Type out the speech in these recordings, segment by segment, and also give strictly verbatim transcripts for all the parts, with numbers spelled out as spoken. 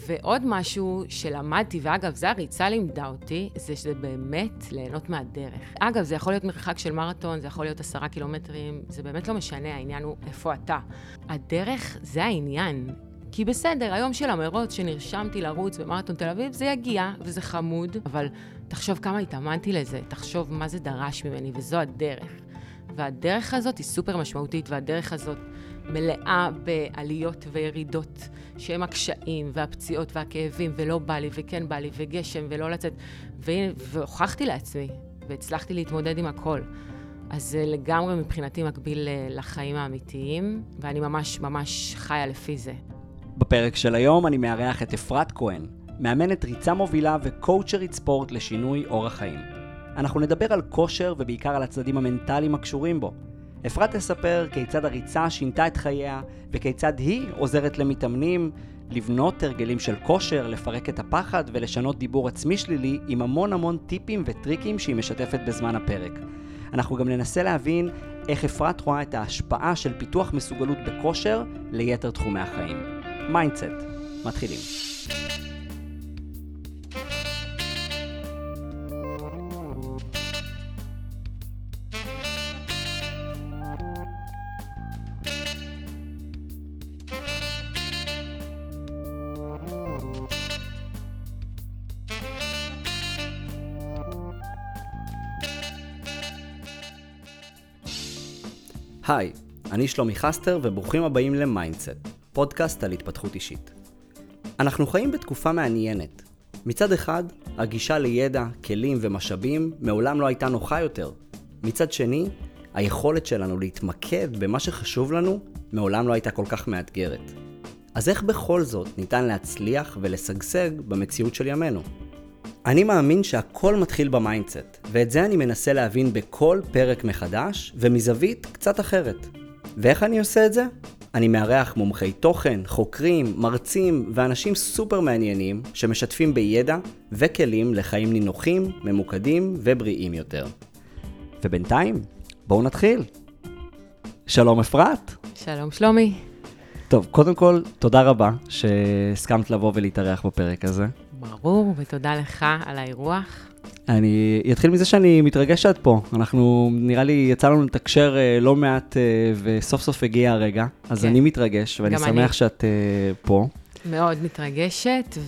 ועוד משהו שלמדתי, ואגב, זה הריצה לימדה אותי, זה שזה באמת ליהנות מהדרך. אגב, זה יכול להיות מרחק של מרתון, זה יכול להיות עשרה קילומטרים, זה באמת לא משנה, העניין הוא איפה אתה. הדרך זה העניין. כי בסדר, היום של המרוץ שנרשמתי לרוץ במרתון תל אביב, זה יגיע וזה חמוד, אבל תחשוב כמה התאמנתי לזה, תחשוב מה זה דרש ממני, וזו הדרך. והדרך הזאת היא סופר משמעותית, והדרך הזאת מלאה בעליות וירידות, שהם הקשיים והפציעות והכאבים, ולא בא לי וכן בא לי, וגשם ולא לצאת. והוכחתי לעצמי, והצלחתי להתמודד עם הכל. אז זה לגמרי מבחינתי מקביל לחיים האמיתיים, ואני ממש ממש חיה לפי זה. בפרק של היום אני מארח את אפרת כהן, מאמנת ריצה מובילה וקואוצ'רית ספורט לשינוי אורח חיים. אנחנו נדבר על כושר ובעיקר על הצדדים המנטליים הקשורים בו. אפרת תספר כיצד הריצה שינתה את חייה וכיצד היא עוזרת למתאמנים לבנות הרגלים של כושר, לפרק את הפחד ולשנות דיבור עצמי שלילי עם המון המון טיפים וטריקים שהיא משתפת בזמן הפרק. אנחנו גם ננסה להבין איך אפרת רואה את ההשפעה של פיתוח מסוגלות בכושר ליתר תחומי החיים. מיינדסט, מתחילים. היי, אני שלומי חסטר וברוכים הבאים למיינדסט, פודקאסט על התפתחות אישית. אנחנו חיים בתקופה מעניינת. מצד אחד, הגישה לידע, כלים ומשאבים מעולם לא הייתה נוחה יותר. מצד שני, היכולת שלנו להתמקד במה שחשוב לנו מעולם לא הייתה כל כך מאתגרת. אז איך בכל זאת ניתן להצליח ולשגשג במציאות של ימינו? אני מאמין שהכל מתחיל במיינדסט, ואת זה אני מנסה להבין בכל פרק מחדש ומזווית קצת אחרת. ואיך אני עושה את זה? אני מארח מומחי תוכן, חוקרים, מרצים ואנשים סופר מעניינים שמשתפים בידע וכלים לחיים נינוחים, ממוקדים ובריאים יותר. ובינתיים, בואו נתחיל. שלום אפרת. שלום שלומי. טוב, קודם כל, תודה רבה שהסכמת לבוא ולהתארח בפרק הזה. ברור, ותודה לך על האירוח. אני אתחיל מזה שאני מתרגש שאת פה. אנחנו, נראה לי, יצא לנו לתקשר לא מעט וסוף סוף הגיע הרגע. אז כן. אני מתרגש ואני שמח אני. שאת פה. מאוד מתרגשת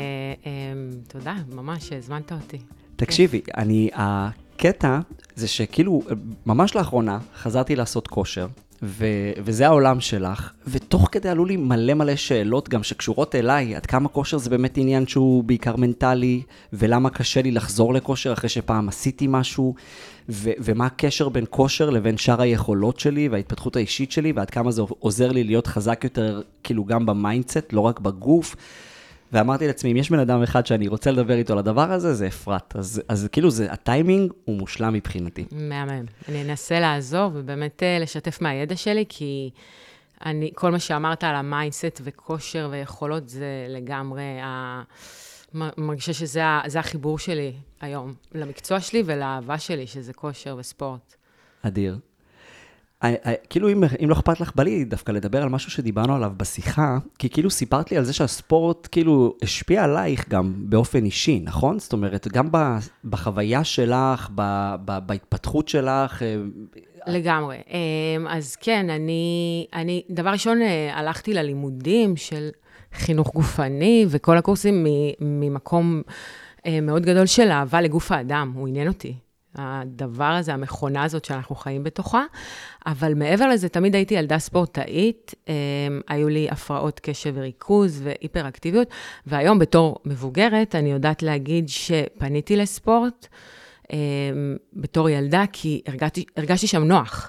ותודה, ממש הזמנת אותי. תקשיבי, אני, הקטע זה שכאילו ממש לאחרונה חזרתי לעשות כושר. ו- וזה העולם שלך, ותוך כדי עלו לי מלא מלא שאלות גם שקשורות אליי, עד כמה כושר זה באמת עניין שהוא בעיקר מנטלי, ולמה קשה לי לחזור לכושר אחרי שפעם עשיתי משהו, ו- ומה הקשר בין כושר לבין שאר היכולות שלי וההתפתחות האישית שלי, ועד כמה זה עוזר לי להיות חזק יותר כאילו גם במיינדסט, לא רק בגוף. ואמרתי לעצמי, אם יש בן אדם אחד שאני רוצה לדבר איתו על הדבר הזה, זה אפרת. אז, אז כאילו זה, הטיימינג הוא מושלם מבחינתי. מהמם. אני אנסה לעזור ובאמת לשתף מהידע שלי, כי אני, כל מה שאמרת על המיינדסט וכושר ויכולות, זה לגמרי, מרגישה שזה זה החיבור שלי היום, למקצוע שלי ולאהבה שלי, שזה כושר וספורט. אדיר. כאילו אם, אם לא אכפת לך, בא לי דווקא לדבר על משהו שדיברנו עליו בשיחה, כי כאילו סיפרת לי על זה שהספורט כאילו השפיע עלייך גם באופן אישי, נכון? זאת אומרת, גם בחוויה שלך, ב, ב, בהתפתחות שלך. לגמרי. אז כן, אני, אני דבר ראשון הלכתי ללימודים של חינוך גופני, וכל הקורסים ממקום מאוד גדול של אהבה לגוף האדם, הוא עניין אותי. הדבר הזה, המכונה הזאת שאנחנו חיים בתוכה, אבל מעבר לזה, תמיד הייתי ילדה ספורטאית, היו לי הפרעות קשב וריכוז והיפראקטיביות, והיום בתור מבוגרת, אני יודעת להגיד שפניתי לספורט, בתור ילדה, כי הרגשתי, הרגשתי שם נוח,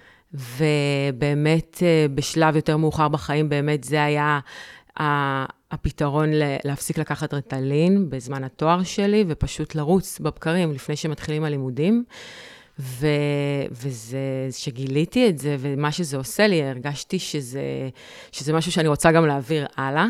ובאמת בשלב יותר מאוחר בחיים, באמת זה היה הפתרון להפסיק לקחת ריטלין בזמן התואר שלי, ופשוט לרוץ בבקרים לפני שמתחילים הלימודים, ו, וזה, שגיליתי את זה, ומה שזה עושה לי, הרגשתי שזה, שזה משהו שאני רוצה גם להעביר הלאה,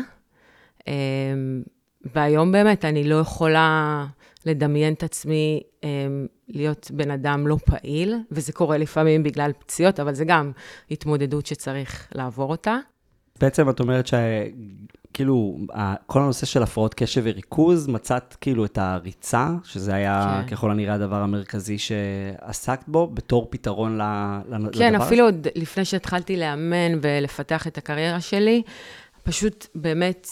והיום באמת אני לא יכולה לדמיין את עצמי להיות בן אדם לא פעיל, וזה קורה לפעמים בגלל פציעות, אבל זה גם התמודדות שצריך לעבור אותה. בעצם את אומרת שכאילו, כל הנושא של הפרעות קשב וריכוז, מצאת כאילו את הריצה, שזה היה כן. ככל הנראה הדבר המרכזי שעסקת בו, בתור פתרון לדבר? כן, אפילו עוד לפני שהתחלתי לאמן ולפתח את הקריירה שלי, פשוט באמת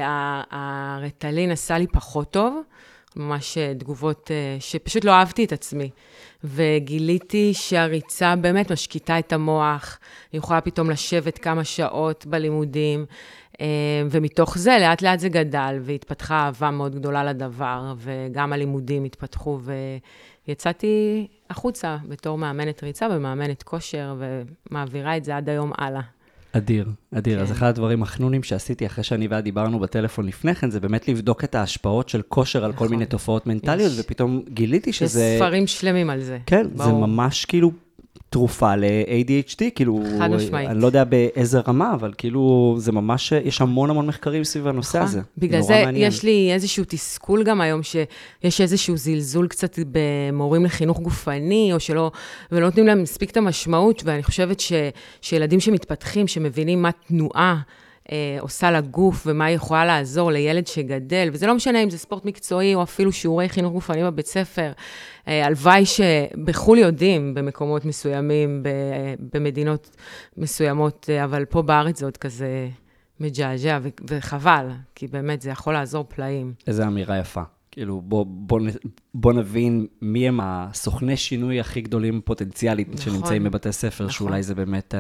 הרטלין עשה לי פחות טוב, ממש תגובות שפשוט לא אהבתי את עצמי. וגיליתי שהריצה באמת משקיטה את המוח, היא יכולה פתאום לשבת כמה שעות בלימודים, ומתוך זה לאט לאט זה גדל, והתפתחה אהבה מאוד גדולה לדבר, וגם הלימודים התפתחו, ויצאתי החוצה בתור מאמנת ריצה ומאמנת כושר, ומעבירה את זה עד היום הלאה. אדיר, אדיר. כן. אז אחד הדברים החנונים שעשיתי אחרי שאני ואת דיברנו בטלפון לפני כן, זה באמת לבדוק את ההשפעות של כושר נכון. על כל מיני תופעות מנטליות, יש. ופתאום גיליתי שזה... יש ספרים שלמים על זה. כן, ברור. זה ממש כאילו תרופה ל-איי די אייץ' די, כאילו... חד משמעית. אני לא יודע באיזה רמה, אבל כאילו זה ממש, יש המון המון מחקרים סביב הנושא נכון. הזה. בגלל זה מעניין. יש לי איזשהו תסכול גם היום, שיש איזשהו זלזול קצת במורים לחינוך גופני, או שלא, ולא נותנים להם מספיק את המשמעות, ואני חושבת ש, שילדים שמתפתחים, שמבינים מה תנועה, אה, עושה לגוף, ומה היא יכולה לעזור לילד שגדל, וזה לא משנה אם זה ספורט מקצועי, או אפילו שיעורי חינוך גופני בבית ספר, אה, הלוואי שבחול יודעים, במקומות מסוימים, במדינות מסוימות, אבל פה בארץ זה עוד כזה מג'עג'ע, וחבל, כי באמת זה יכול לעזור פלאים. איזו אמירה יפה. כאילו, בוא, בוא, בוא נבין מי הם הסוכני שינוי הכי גדולים פוטנציאלית, נכון, שנמצאים בבתי ספר, נכון. שאולי זה באמת...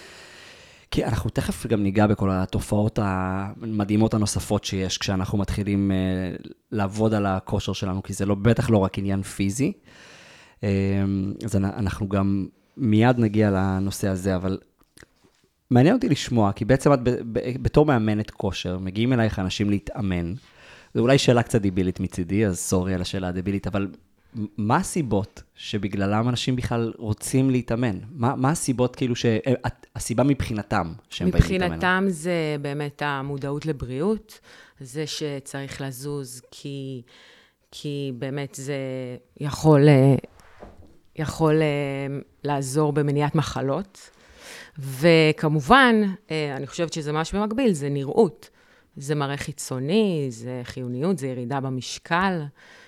כי אנחנו תכף גם ניגע בכל התופעות המדהימות הנוספות שיש, כשאנחנו מתחילים uh, לעבוד על הכושר שלנו, כי זה לא, בטח לא רק עניין פיזי. Um, אז אנחנו גם מיד נגיע לנושא הזה, אבל מעניין אותי לשמוע, כי בעצם את ב- ב- בתור מאמנת כושר, מגיעים אלייך אנשים להתאמן. זו אולי שאלה קצת דיבילית מצידי, אז סורי על השאלה הדיבילית, אבל מה הסיבות שבגללם אנשים בכלל רוצים להתאמן? מה, מה הסיבות כאילו ש... הסיבה מבחינתם שהם באים להתאמן? מבחינתם זה באמת המודעות לבריאות, זה שצריך לזוז, כי, כי באמת זה יכול, יכול לעזור במניעת מחלות. וכמובן, אני חושבת שזה ממש במקביל, זה נראות. זה מראה חיצוני, זה חיוניות, זה ירידה במשקל.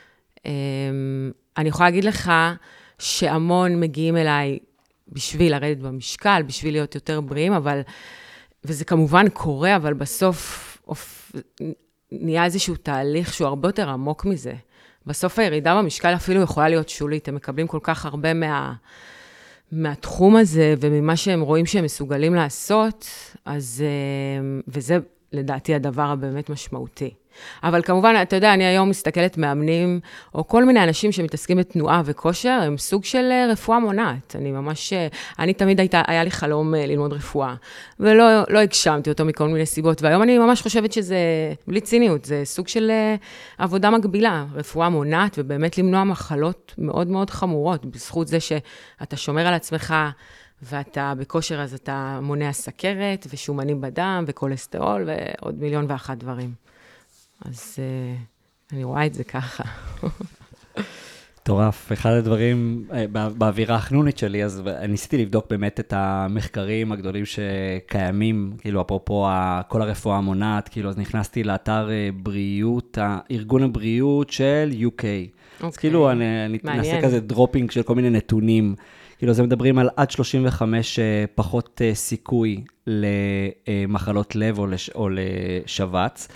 אני יכולה להגיד לך שהמון מגיעים אליי בשביל לרדת במשקל, בשביל להיות יותר בריאים, אבל, וזה כמובן קורה, אבל בסוף אוף, נהיה איזשהו תהליך שהוא הרבה יותר עמוק מזה. בסוף הירידה במשקל אפילו יכולה להיות שולית, הם מקבלים כל כך הרבה מה, מהתחום הזה, וממה שהם רואים שהם מסוגלים לעשות, אז, וזה לדעתי הדבר הבאמת משמעותי. אבל כמובן, אתה יודע, אני היום מסתכלת מאמנים, או כל מיני אנשים שמתעסקים בתנועה וכושר, הם סוג של רפואה מונעת. אני ממש, אני תמיד הייתה, היה לי חלום ללמוד רפואה, ולא לא הגשמתי אותו מכל מיני סיבות, והיום אני ממש חושבת שזה, בלי ציניות, זה סוג של עבודה מקבילה, רפואה מונעת, ובאמת למנוע מחלות מאוד מאוד חמורות, בזכות זה שאתה שומר על עצמך, ואתה בכושר, אז אתה מונע סכרת, ושומנים בדם, וכולסטרול, ועוד מיליון ואחת דברים. אז uh, אני רואה את זה ככה. טורף. אחד הדברים, באווירה החנונית שלי, אז ניסיתי לבדוק באמת את המחקרים הגדולים שקיימים, כאילו אפרופו כל הרפואה המונעת, כאילו אז נכנסתי לאתר בריאות, ארגון הבריאות של יו קיי. Okay. אז כאילו אני, אני נעשה כזה דרופינג של כל מיני נתונים, כאילו זה מדברים על עד שלושים וחמש פחות סיכוי למחלות לב או, לש, או לשבץ,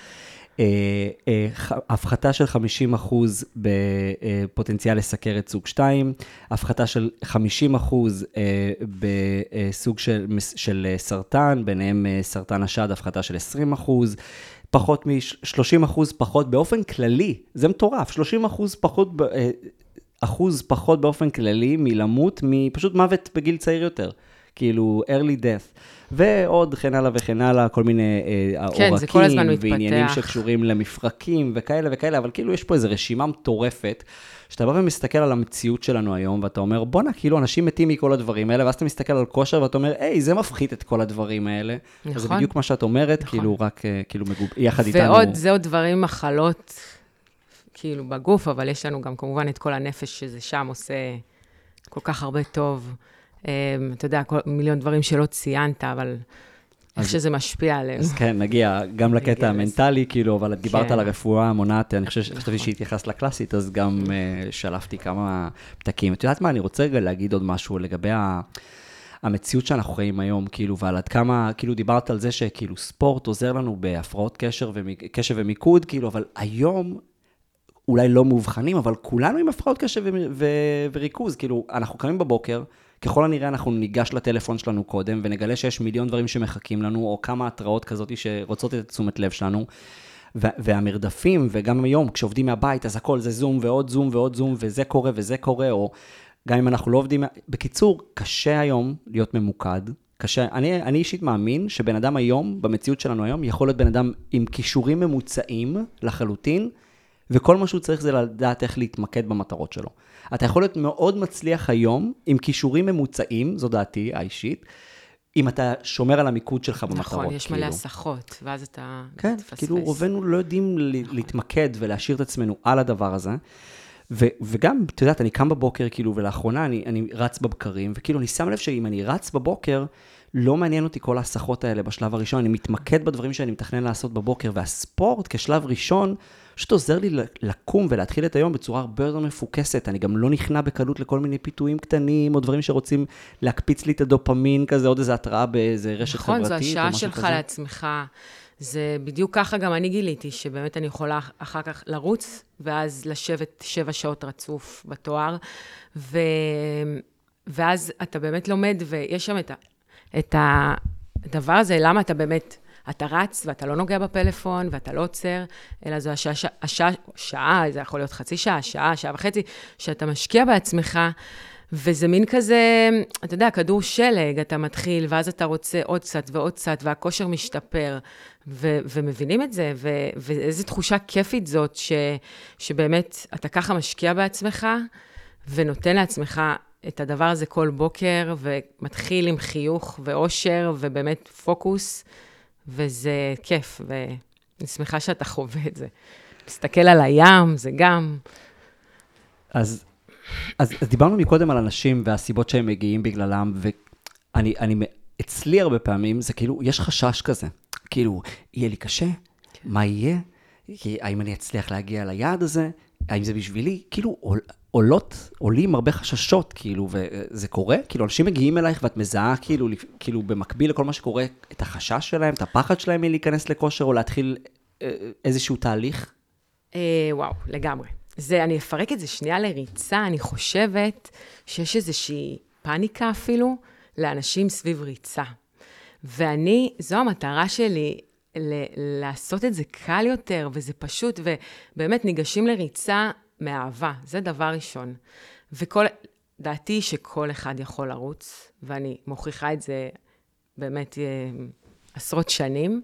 הפחתה של חמישים אחוז בפוטנציאל לסכרת סוג שתיים, הפחתה של חמישים אחוז בסוג של, של סרטן, ביניהם סרטן השד, הפחתה של עשרים אחוז, פחות מ-שלושים אחוז פחות באופן כללי, זה מטורף, שלושים אחוז פחות, אחוז פחות באופן כללי מלמות, מפשוט מוות בגיל צעיר יותר, כאילו early death. ועוד כן הלאה וכן הלאה, כל מיני כן, עורקים ועניינים שקשורים למפרקים וכאלה וכאלה, אבל כאילו יש פה איזו רשימה מטורפת, שאתה בא ומסתכל על המציאות שלנו היום, ואתה אומר, בונה, כאילו אנשים מתים מכל הדברים האלה, ואז אתה מסתכל על כושר, ואתה אומר, היי, זה מפחית את כל הדברים האלה. נכון. אז זה בדיוק מה שאת אומרת, נכון. כאילו רק, כאילו מגוב... יחד איתנו. ועוד, זה עוד דברים, מחלות, כאילו בגוף, אבל יש לנו גם כמובן את כל הנפש שזה שם עושה כל כך הרבה טוב. אתה יודע, מיליון דברים שלא ציינת, אבל איך שזה משפיע עליהם. אז כן, נגיע גם לקטע המנטלי, כאילו, אבל את דיברת על הרפואה המונעת, אני חושב שחשבתי שהתייחסת לקלאסית, אז גם שלפתי כמה פתקים. את יודעת מה, אני רוצה רגע להגיד עוד משהו לגבי המציאות שאנחנו חיים היום, כאילו, ועל עד כמה, כאילו, דיברת על זה שכאילו ספורט עוזר לנו בהפרעות קשר וקשב ומיקוד, כאילו, אבל היום אולי לא מאובחנים, אבל כולנו עם הפרעות קשב וריכוז, כאילו, אנחנו קמים בבוקר, ככל הנראה אנחנו ניגש לטלפון שלנו קודם, ונגלה שיש מיליון דברים שמחכים לנו, או כמה התראות כזאת שרוצות את תשומת לב שלנו, והמרדפים, וגם היום, כשעובדים מהבית, אז הכל זה זום ועוד זום ועוד זום, וזה קורה וזה קורה, או גם אם אנחנו לא עובדים... בקיצור, קשה היום להיות ממוקד, קשה, אני, אני אישית מאמין שבן אדם היום, במציאות שלנו היום, יכול להיות בן אדם עם כישורים ממוצעים לחלוטין, וכל מה שהוא צריך זה לדעת איך להתמקד במטרות שלו. אתה יכול להיות מאוד מצליח היום, עם כישורים ממוצעים, זו דעתי האישית, אם אתה שומר על המיקוד שלך במטרות. נכון, יש מלא הסחות, ואז אתה כן, תפספס. כאילו רובנו לא יודעים להתמקד ולהשאיר את עצמנו על הדבר הזה, וגם, אתה יודעת, אני קם בבוקר, כאילו, ולאחרונה אני, אני רץ בבקרים, וכאילו אני שם לב שאם אני רץ בבוקר, לא מעניין אותי כל ההסחות האלה בשלב הראשון, אני מתמקד בדברים שאני מתכנן לעשות בבוקר, והספורט כשלב ראשון, פשוט עוזר לי לקום ולהתחיל את היום בצורה הרבה יותר מפוקסת, אני גם לא נכנע בקלות לכל מיני פיתויים קטנים, או דברים שרוצים להקפיץ לי את הדופמין כזה, עוד איזו התראה באיזה רשת נכון, חברתית. נכון, זו השעה שלך כזה. לעצמך, זה בדיוק ככה גם אני גיליתי, שבאמת אני יכולה אחר כך לרוץ, ואז לשבת שבע שעות רצוף בתואר, ו... ואז אתה באמת לומד, ויש שם את ה... את הדבר הזה, למה אתה באמת, אתה רץ ואתה לא נוגע בפלאפון ואתה לא עוצר, אלא זו השעה, השעה, שעה, זה יכול להיות חצי שעה, שעה, שעה וחצי, שאתה משקיע בעצמך, וזה מין כזה, אתה יודע, כדור שלג, אתה מתחיל, ואז אתה רוצה עוד קצת ועוד קצת, והכושר משתפר, ו- ומבינים את זה, ו- ואיזו תחושה כיפית זאת, ש- שבאמת אתה ככה משקיע בעצמך, ונותן לעצמך את הדבר הזה כל בוקר, ומתחיל עם חיוך ואושר, ובאמת פוקוס, וזה כיף, ואני שמחה שאתה חווה את זה. מסתכל על הים, זה גם... אז, אז, אז דיברנו מקודם על אנשים, והסיבות שהם מגיעים בגללם, ואני, אני, אצלי הרבה פעמים, זה כאילו, יש חשש כזה, כאילו, יהיה לי קשה? מה יהיה? האם אני אצליח להגיע ליעד הזה? האם זה בשבילי? כאילו, עולות, עולים הרבה חששות, כאילו, וזה קורה? כאילו, אנשים מגיעים אלייך ואת מזהה, כאילו, כאילו, במקביל לכל מה שקורה, את החשש שלהם, את הפחד שלהם מלהיכנס לכושר, או להתחיל איזשהו תהליך? וואו, לגמרי. זה, אני אפרק את זה שנייה לריצה, אני חושבת שיש איזושהי פאניקה אפילו, לאנשים סביב ריצה. ואני, זו המטרה שלי, ל- לעשות את זה קל יותר, וזה פשוט, ובאמת ניגשים לריצה מאהבה, זה דבר ראשון. וכל, דעתי שכל אחד יכול לרוץ, ואני מוכיחה את זה באמת עשרות שנים,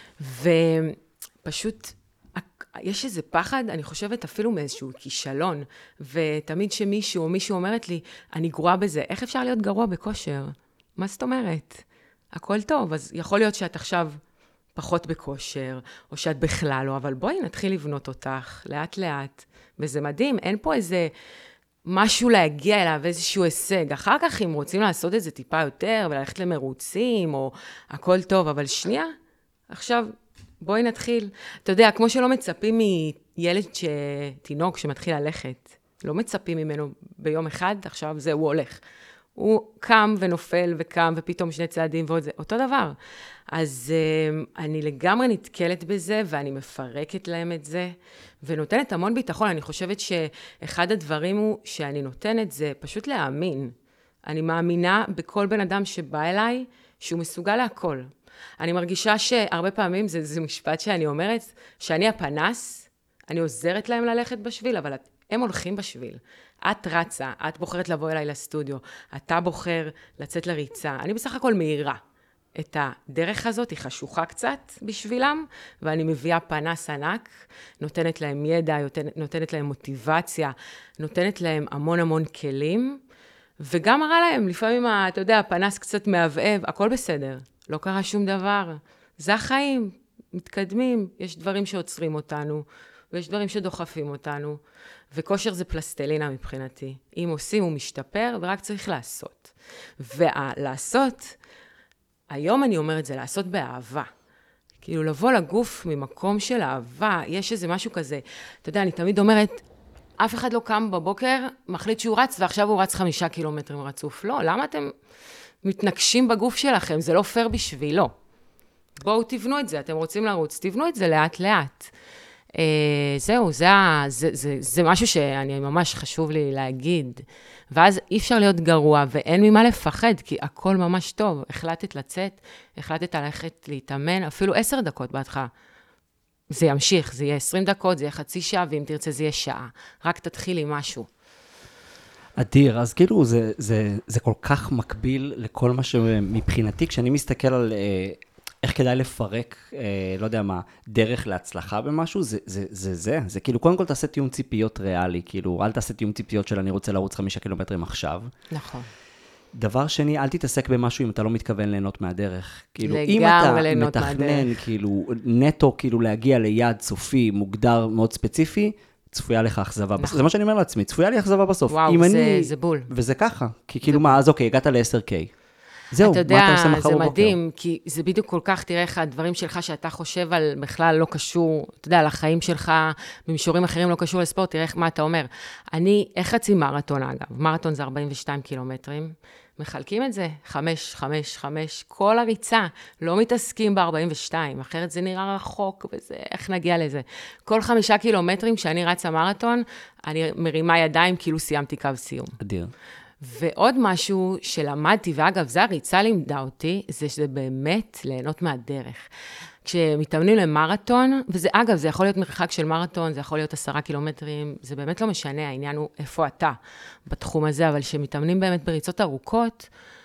ופשוט, יש איזה פחד, אני חושבת אפילו מאיזשהו כישלון, ותמיד שמישהו או מישהו אומרת לי, אני גרועה בזה, איך אפשר להיות גרוע בכושר? מה זאת אומרת? הכל טוב, אז יכול להיות שאת עכשיו פחות בכושר, או שאת בכלל לא, אבל בואי נתחיל לבנות אותך, לאט לאט, וזה מדהים, אין פה איזה משהו להגיע אליו, איזשהו הישג. אחר כך אם רוצים לעשות את זה טיפה יותר, וללכת למרוצים, או הכל טוב, אבל שנייה, עכשיו בואי נתחיל. אתה יודע, כמו שלא מצפים מילד תינוק שמתחיל ללכת, לא מצפים ממנו ביום אחד, עכשיו זה הוא הולך. הוא קם ונופל וקם, ופתאום שני צעדים ועוד זה, אותו דבר. אז uh, אני לגמרי נתקלת בזה, ואני מפרקת להם את זה, ונותנת המון ביטחון. אני חושבת שאחד הדברים הוא שאני נותנת זה פשוט להאמין. אני מאמינה בכל בן אדם שבא אליי, שהוא מסוגל להכל. אני מרגישה שהרבה פעמים, זה, זה משפט שאני אומרת, שאני הפנס, אני עוזרת להם ללכת בשביל, אבל הם הולכים בשביל. את רצה, את בוחרת לבוא אליי לסטודיו, אתה בוחר לצאת לריצה. אני בסך הכל מהירה. את הדרך הזאת היא חשוכה קצת בשבילם, ואני מביאה פנס ענק, נותנת להם ידע, נותנת להם מוטיבציה, נותנת להם המון המון כלים, וגם מראה להם, לפעמים, אתה יודע, הפנס קצת מעבעב, הכל בסדר, לא קרה שום דבר. זה החיים, מתקדמים, יש דברים שעוצרים אותנו, ויש דברים שדוחפים אותנו, וכושר זה פלסטלינה מבחינתי. אם עושים הוא משתפר, ורק צריך לעשות. ולעשות, היום אני אומרת, זה לעשות באהבה. כאילו, לבוא לגוף ממקום של אהבה, יש איזה משהו כזה. אתה יודע, אני תמיד אומרת, אף אחד לא קם בבוקר, מחליט שהוא רץ, ועכשיו הוא רץ חמישה קילומטרים רצוף. לא, למה אתם מתנגשים בגוף שלכם? זה לא פייר בשבילו. בואו תבנו את זה, אתם רוצים לרוץ, תבנו את זה לאט לאט. אה, זהו, זה, זה, זה, זה משהו שאני ממש חשוב לי להגיד. ואז אי אפשר להיות גרוע, ואין ממה לפחד, כי הכל ממש טוב. החלטת לצאת, החלטת ללכת להתאמן, אפילו עשר דקות בהתחלה. זה ימשיך, זה יהיה עשרים דקות, זה יהיה חצי שעה, ואם תרצה זה יהיה שעה. רק תתחיל עם משהו. אדיר, אז כאילו זה, זה, זה כל כך מקביל לכל מה שמבחינתי, כשאני מסתכל על אה, איך כדאי לפרק, אה, לא יודע מה, דרך להצלחה במשהו, זה זה, זה, זה, זה כאילו, קודם כל תעשה תיאום ציפיות ריאלי, כאילו, אל תעשה תיאום ציפיות של אני רוצה לרוץ חמישה קילומטרים עכשיו. נכון. דבר שני, אל תתעסק במשהו אם אתה לא מתכוון ליהנות מהדרך. כאילו, לגמרי אם אתה ליהנות מתכנן, מהדרך. כאילו, נטו, כאילו, להגיע ליעד סופי, מוגדר מאוד ספציפי, צפויה לך אכזבה. נכון. זה מה שאני אומר לעצמי, צפויה לי אכזבה בסוף. וואו, אם זה, אני... זה בול. וזה ככה. כי כאילו מה, אז אוקיי, הגעת ל-עשר קיי. זהו, אתה מה אתה עושה יודע, מחר זה בבוקר? מדהים, כי זה בדיוק כל כך, תראה איך הדברים שלך שאתה חושב על בכלל לא קשור, אתה יודע, לחיים שלך, במישורים אחרים לא קשור לספורט, תראה איך, מה אתה אומר. אני, איך חצי מרתון אגב? מרתון זה ארבעים ושתיים קילומטרים, מחלקים את זה, חמש, חמש, חמש, כל הריצה, לא מתעסקים ב-ארבעים ושתיים, אחרת זה נראה רחוק, וזה, איך נגיע לזה? כל חמישה קילומטרים, כשאני רצה מרתון, אני מרימה ידיים, כאילו סיימתי קו סיום. אדיר. ועוד משהו שלמדתי, ואגב, זה הריצה לימדה אותי, זה שזה באמת ליהנות מהדרך. כשמתאמנים למרתון, וזה, אגב, זה יכול להיות מרחק של מרתון, זה יכול להיות עשרה קילומטרים, זה באמת לא משנה, העניין הוא איפה אתה בתחום הזה, אבל כשמתאמנים באמת בריצות ארוכות,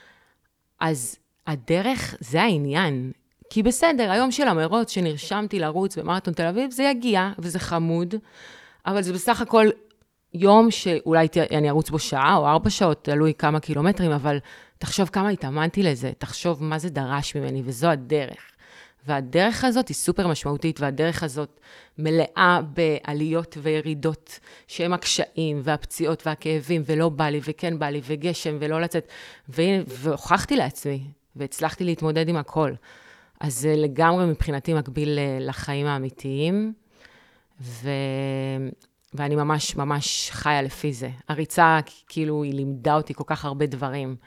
אז הדרך זה העניין. כי בסדר, היום של המרוץ שנרשמתי לרוץ במרתון תל אביב, זה יגיע וזה חמוד, אבל זה בסך הכל יום שאולי אני ארוץ בו שעה או ארבע שעות, תלוי כמה קילומטרים, אבל תחשוב כמה התאמנתי לזה, תחשוב מה זה דרש ממני, וזו הדרך. והדרך הזאת היא סופר משמעותית, והדרך הזאת מלאה בעליות וירידות, שהם הקשיים והפציעות והכאבים, ולא בא לי וכן בא לי, וגשם ולא לצאת, והוכחתי לעצמי, והצלחתי להתמודד עם הכל. אז זה לגמרי מבחינתי מקביל לחיים האמיתיים, ו... ואני ממש ממש חיה לפי זה. הריצה כאילו היא לימדה אותי כל כך הרבה דברים.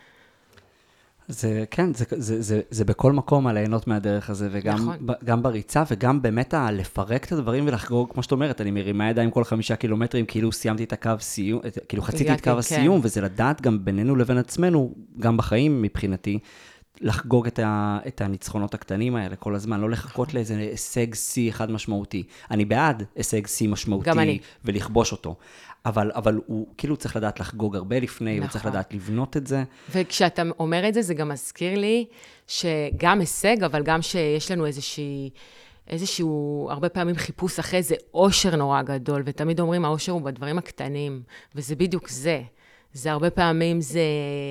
זה, כן, זה, זה, זה, זה בכל מקום הליהנות מהדרך הזה, וגם נכון. ב, גם בריצה, וגם באמת לפרק את הדברים ולחגוג, כמו שאת אומרת, אני מרימה ידיים כל חמישה קילומטרים, כאילו סיימתי את הקו סיום, כאילו חציתי את קו כן. הסיום, וזה לדעת גם בינינו לבין עצמנו, גם בחיים מבחינתי, לחגוג את, ה, את הניצחונות הקטנים האלה כל הזמן, לא לחכות לאיזה הישג C אחד משמעותי. אני בעד הישג C משמעותי ולכבוש אותו, אבל, אבל הוא כאילו צריך לדעת לחגוג הרבה לפני, נכון. הוא צריך לדעת לבנות את זה. וכשאתה אומר את זה, זה גם מזכיר לי שגם הישג, אבל גם שיש לנו איזושהי, איזשהו, הרבה פעמים חיפוש אחרי זה אושר נורא גדול, ותמיד אומרים, האושר הוא בדברים הקטנים, וזה בדיוק זה. זה הרבה פעמים זה...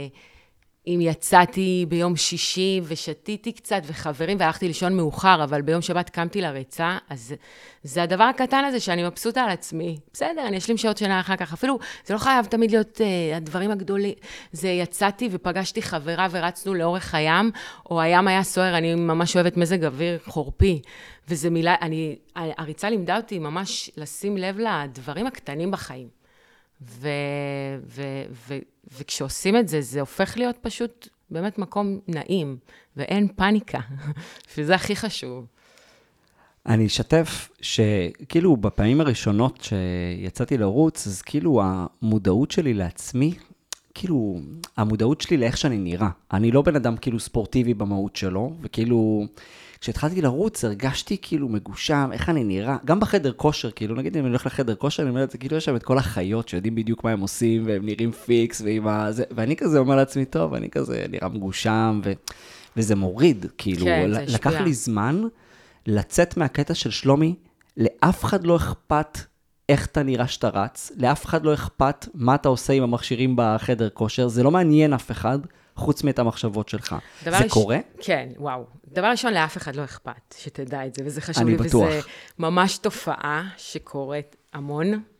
אם יצאתי ביום שישי ושתיתי קצת וחברים והלכתי לישון מאוחר, אבל ביום שבת קמתי לריצה, אז זה הדבר הקטן הזה שאני מבסוטה על עצמי. בסדר, אני אשלים שעות שנה אחר כך. אפילו זה לא חייב תמיד להיות uh, הדברים הגדולים. זה יצאתי ופגשתי חברה ורצנו לאורך הים, או הים היה סוער, אני ממש אוהבת מזג אוויר חורפי. וזה מילה, אני, הריצה לימדה אותי ממש לשים לב לדברים הקטנים בחיים. ו... ו... ו... וכשעושים את זה, זה הופך להיות פשוט באמת מקום נעים, ואין פאניקה, שזה הכי חשוב. אני אשתף שכאילו בפעמים הראשונות שיצאתי לרוץ, אז כאילו המודעות שלי לעצמי, כאילו המודעות שלי לאיך שאני נראה. אני לא בן אדם כאילו ספורטיבי במהות שלו, וכאילו כשהתחלתי לרוץ הרגשתי כאילו מגושם, איך אני נראה, גם בחדר כושר, כאילו נגיד אם אני הולך לחדר כושר, אני אומר את זה, כאילו יש שם את כל החיות שיודעים בדיוק מה הם עושים, והם נראים פיקס, זה, ואני כזה אומר לעצמי, טוב, אני כזה נראה מגושם, ו, וזה מוריד, כאילו, כן, לקח לי זמן לצאת מהקטע של שלומי, לאף אחד לא אכפת איך אתה נראה שאתה רץ, לאף אחד לא אכפת מה אתה עושה עם המכשירים בחדר כושר, זה לא מעניין אף אחד, חוץ מאת המחשבות שלך. זה ראש... קורה? כן, וואו. דבר ראשון, לאף אחד לא אכפת שתדע את זה, וזה חשוב לי, לי, בטוח. וזה ממש תופעה שקורית המון.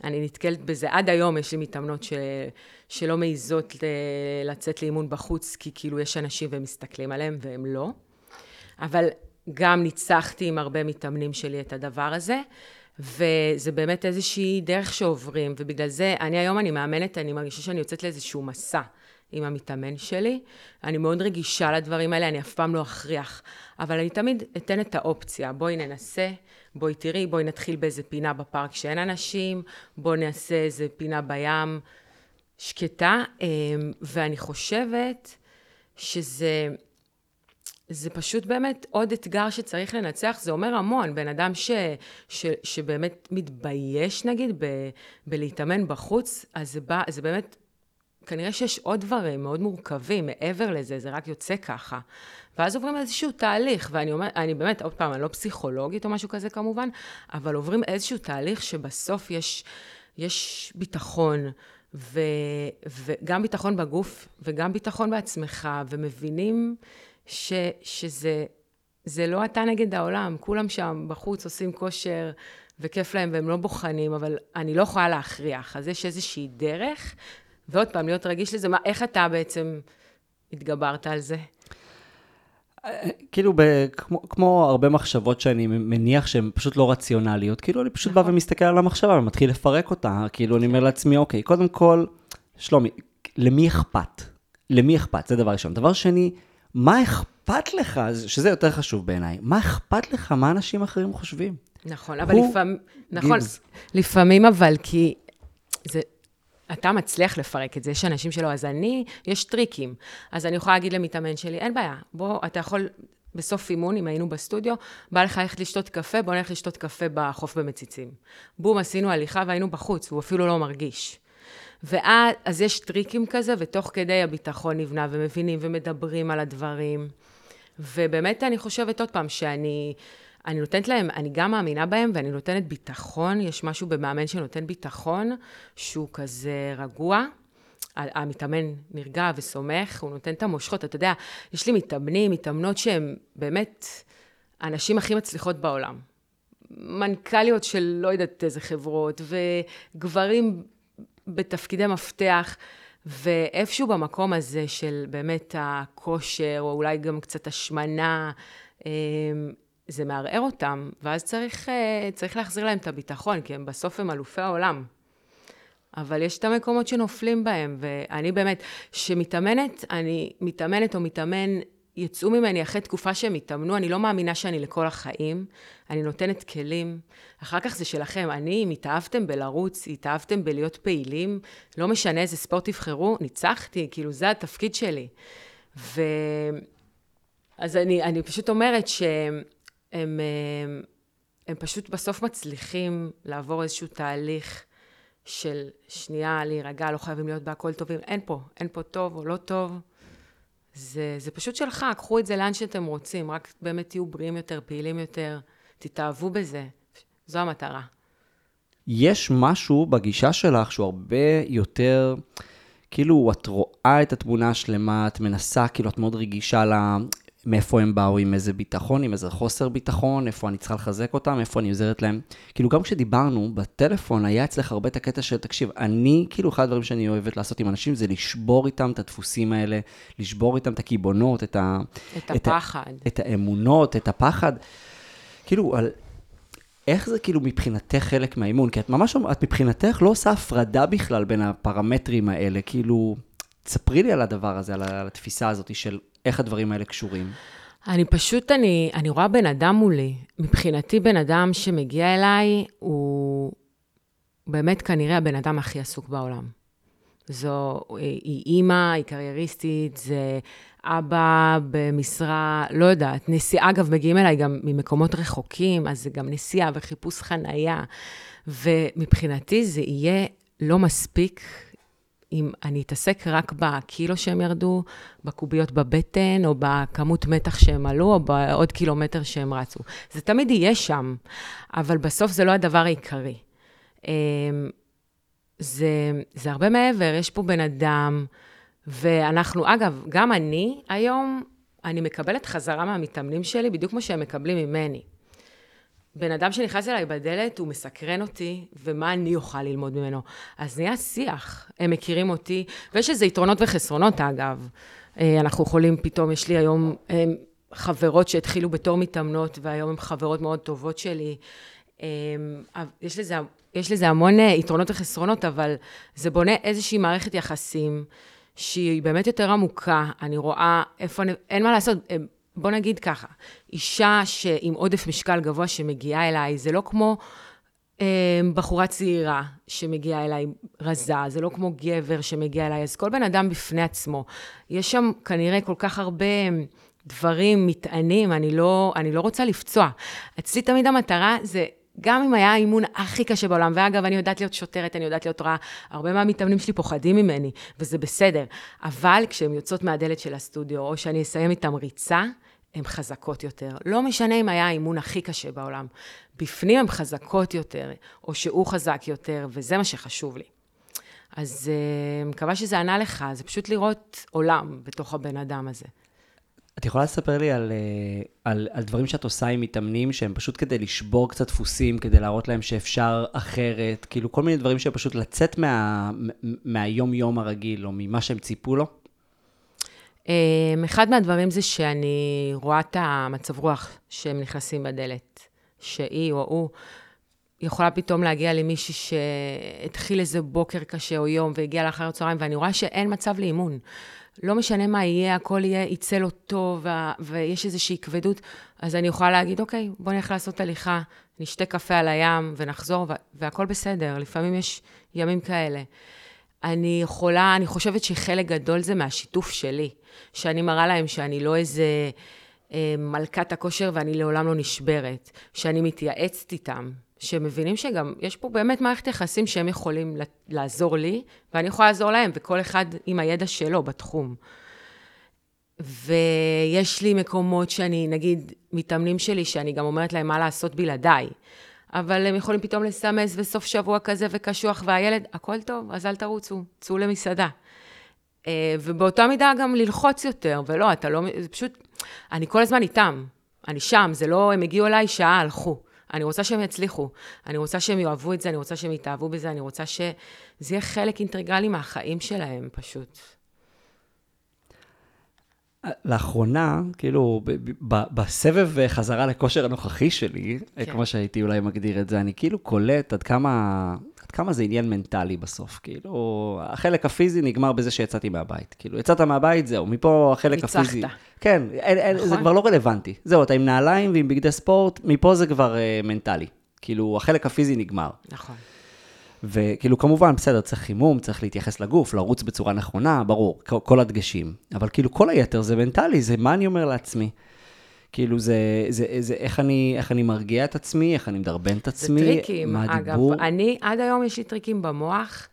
אני נתקלת בזה. עד היום יש לי מתאמנות ש... שלא מעיזות לצאת לאימון בחוץ, כי כאילו יש אנשים והם מסתכלים עליהם והם לא. אבל גם ניצחתי עם הרבה מתאמנים שלי את הדבר הזה, וזה באמת איזושהי דרך שעוברים, ובגלל זה אני היום אני מאמנת, אני מרגישה שאני יוצאת לאיזשהו מסע עם המתאמן שלי. אני מאוד רגישה לדברים האלה, אני אף פעם לא אכריח, אבל אני תמיד אתן את האופציה. בואי ננסה, בואי תראי, בואי נתחיל באיזה פינה בפארק שאין אנשים, בואי נעשה איזה פינה בים שקטה, ואני חושבת שזה זה פשוט באמת עוד אתגר שצריך לנצח. זה אומר המון, בן אדם ש, ש, שבאמת מתבייש נגיד ב, בלהתאמן בחוץ, אז זה, בא, זה באמת, כנראה שיש עוד דברים מאוד מורכבים מעבר לזה, זה רק יוצא ככה. ואז עוברים איזשהו תהליך, ואני אומר, אני באמת, עוד פעם, אני לא פסיכולוגית או משהו כזה כמובן, אבל עוברים איזשהו תהליך שבסוף יש, יש ביטחון, ו, וגם ביטחון בגוף, וגם ביטחון בעצמך, ומבינים ש, שזה זה לא אתה נגד העולם, כולם שם בחוץ עושים כושר וכיף להם והם לא בוחנים, אבל אני לא יכולה להכריח, אז יש איזושהי דרך, ועוד פעם להיות רגיש לזה, מה, איך אתה בעצם התגברת על זה? כאילו, ב, כמו, כמו הרבה מחשבות שאני מניח שהן פשוט לא רציונליות, כאילו אני פשוט בא ומסתכל על המחשבה ומתחיל לפרק אותה, כאילו אני אומר לעצמי, אוקיי, קודם כל, שלומי, למי אכפת? למי אכפת? זה דבר ראשון. דבר שני, מה אכפת לך, שזה יותר חשוב בעיניי, מה אכפת לך, מה אנשים אחרים חושבים? נכון, אבל לפעמים, נכון, לפעמים אבל, כי זה, אתה מצליח לפרק את זה, יש אנשים שלא, אז אני, יש טריקים, אז אני יכולה להגיד למתאמן שלי, אין בעיה, בוא, אתה יכול, בסוף אימון, אם היינו בסטודיו, בא לך ללכת לשתות קפה, בוא נלך לשתות קפה בחוף במציצים. בום, עשינו הליכה והיינו בחוץ, הוא אפילו לא מרגיש. ואז אז יש טריקים כזה, ותוך כדי הביטחון נבנה, ומבינים ומדברים על הדברים. ובאמת אני חושבת עוד פעם, שאני אני נותנת להם, אני גם מאמינה בהם, ואני נותנת ביטחון, יש משהו במאמן שנותן ביטחון, שהוא כזה רגוע, המתאמן נרגע וסומך, הוא נותן את המושכות, אתה יודע, יש לי מתאמנים, מתאמנות שהם באמת האנשים הכי מצליחות בעולם. מנכ"ליות של לא יודעת איזה חברות, וגברים בתפקידי מפתח, ואיפשהו במקום הזה של באמת הכושר, או אולי גם קצת השמנה, זה מערער אותם, ואז צריך, צריך להחזיר להם את הביטחון, כי הם בסוף הם אלופי העולם. אבל יש את המקומות שנופלים בהם, ואני באמת, שמתאמנת, אני מתאמנת או מתאמן, יצאו ממני אחרי תקופה שהם התאמנו, אני לא מאמינה שאני לכל החיים, אני נותנת כלים, אחר כך זה שלכם, אני, אם התאהבתם בלרוץ, התאהבתם בלהיות פעילים, לא משנה איזה ספורט תבחרו, ניצחתי, כאילו זה התפקיד שלי. ו... אז אני, אני פשוט אומרת שהם הם, הם פשוט בסוף מצליחים לעבור איזשהו תהליך של שנייה להירגע, לא חייבים להיות בהכל טובים, אין פה, אין פה טוב או לא טוב, זה, זה פשוט שלך, קחו את זה לאן שאתם רוצים, רק באמת תהיו בריאים יותר, פעילים יותר, תתאהבו בזה, זו המטרה. יש משהו בגישה שלך שהוא הרבה יותר, כאילו את רואה את התמונה השלמה, את מנסה, כאילו את מאוד רגישה לה, מאיפה הם באו, עם איזה ביטחון, עם איזה חוסר ביטחון, איפה אני צריכה לחזק אותם, איפה אני עוזרת להם. כאילו גם כשדיברנו בטלפון, היה אצלך הרבה את הקטע של, תקשיב, אני, כאילו אחד הדברים שאני אוהבת לעשות עם אנשים, זה לשבור איתם את הדפוסים האלה, לשבור איתם את הקיבונות, את ה... את הפחד. את, את האמונות, את הפחד. כאילו, על... איך זה כאילו מבחינתך חלק מהאימון? כי את ממש, את מבחינתך לא עושה הפרדה בכלל בין הפרמטרים האלה, כאילו, תספרי לי על הדבר הזה, על התפיסה הזאת של איך הדברים האלה קשורים. אני פשוט, אני, אני רואה בן אדם מולי. מבחינתי בן אדם שמגיע אליי, הוא באמת כנראה הבן אדם הכי עסוק בעולם. זו, היא אימא, היא קרייריסטית, זה אבא במשרה, לא יודעת, נסיעה, אגב, מגיעים אליי גם ממקומות רחוקים, אז זה גם נסיעה וחיפוש חנייה, ומבחינתי זה יהיה לא מספיק, אם אני אתעסק רק בקילו שהם ירדו, בקוביות בבטן, או בכמות מתח שהם עלו, או בעוד קילומטר שהם רצו. זה תמיד יהיה שם, אבל בסוף זה לא הדבר העיקרי. זה, זה הרבה מעבר, יש פה בן אדם, ואנחנו, אגב, גם אני היום, אני מקבלת חזרה מהמתאמנים שלי, בדיוק כמו שהם מקבלים ממני. בן אדם שנכנס אליי בדלת, הוא מסקרן אותי, ומה אני אוכל ללמוד ממנו. אז נהיה שיח, הם מכירים אותי, ויש איזה יתרונות וחסרונות, אגב. אנחנו יכולים, פתאום, יש לי היום חברות שהתחילו בתור מתאמנות, והיום הן חברות מאוד טובות שלי. יש לזה, יש לזה המון יתרונות וחסרונות, אבל זה בונה איזושהי מערכת יחסים, שהיא באמת יותר עמוקה. אני רואה איפה, אין מה לעשות, בוא נגיד ככה, אישה שעם עודף משקל גבוה שמגיעה אליי, זה לא כמו אה, בחורה צעירה שמגיעה אליי רזה, זה לא כמו גבר שמגיע אליי, אז כל בן אדם בפני עצמו. יש שם כנראה כל כך הרבה דברים, מטענים, אני לא, אני לא רוצה לפצוע. אצלי תמיד המטרה זה, גם אם היה האימון הכי קשה בעולם, ואגב, אני יודעת להיות שוטרת, אני יודעת להיות רעה, הרבה מהמתאמנים שלי פוחדים ממני, וזה בסדר. אבל כשהן יוצאות מהדלת של הסטודיו, או שאני אסיים איתם ריצה, הן חזקות יותר. לא משנה אם היה האימון הכי קשה בעולם. בפנים הן חזקות יותר, או שהוא חזק יותר, וזה מה שחשוב לי. אז אני מקווה שזה ענה לך, זה פשוט לראות עולם בתוך הבן אדם הזה. את יכולה לספר לי על, על, על דברים שאת עושה עם מתאמנים, שהם פשוט כדי לשבור קצת דפוסים, כדי להראות להם שאפשר אחרת, כאילו כל מיני דברים שפשוט לצאת מה, מהיום-יום הרגיל, או ממה שהם ציפו לו? אחד מהדברים זה שאני רואה את המצב רוח שהם נכנסים בדלת, שהיא או הוא יכולה פתאום להגיע למישהי שהתחיל איזה בוקר קשה או יום, והגיע לאחר הצהריים, ואני רואה שאין מצב לאימון. לא משנה מה יהיה, הכל יהיה, יצא לו טוב, ויש איזושהי כבדות, אז אני יכולה להגיד, אוקיי, בוא נלך לעשות הליכה, נשתה קפה על הים ונחזור, והכל בסדר. לפעמים יש ימים כאלה. אני יכולה, אני חושבת שחלק גדול זה מהשיתוף שלי, שאני מראה להם שאני לא איזה אה, מלכת הכושר ואני לעולם לא נשברת, שאני מתייעצת איתם, שמבינים שגם יש פה באמת מערכת יחסים שהם יכולים לעזור לי, ואני יכולה לעזור להם, וכל אחד עם הידע שלו בתחום. ויש לי מקומות שאני, נגיד, מתאמנים שלי, שאני גם אומרת להם מה לעשות בלעדיי, אבל הם יכולים פתאום לסמס בסוף שבוע כזה וקשוח, והילד, הכל טוב, אז אל תרוצו, צאו למסעדה. ובאותה מידה גם ללחוץ יותר, ולא, אתה לא, זה פשוט, אני כל הזמן איתם, אני שם, זה לא, הם הגיעו אליי שעה, הלכו. אני רוצה שהם יצליחו, אני רוצה שהם יאהבו את זה, אני רוצה שהם יתאהבו בזה, אני רוצה שזה יהיה חלק אינטגרלי מהחיים שלהם, פשוט. לאחרונה, כאילו, בסבב חזרה לכושר הנוכחי שלי, כמו שהייתי אולי מגדיר את זה, אני כאילו קולט עד כמה, עד כמה זה עניין מנטלי בסוף, כאילו, החלק הפיזי נגמר בזה שיצאתי מהבית, כאילו, יצאת מהבית, זהו, מפה החלק הפיזי. ניצחת. כן, זה כבר לא רלוונטי. זהו, אתה עם נעליים ועם בגדי ספורט, מפה זה כבר מנטלי. כאילו, החלק הפיזי נגמר. נכון. וכאילו, כמובן, בסדר, צריך חימום, צריך להתייחס לגוף, לרוץ בצורה נכונה, ברור, כל הדגשים. אבל כאילו, כל היתר זה מנטלי, זה מה אני אומר לעצמי. כאילו, זה, זה, זה, איך אני, איך אני מרגיע את עצמי, איך אני מדרבן את עצמי, זה טריקים, אגב, אני, עד היום יש לי טריקים במוח.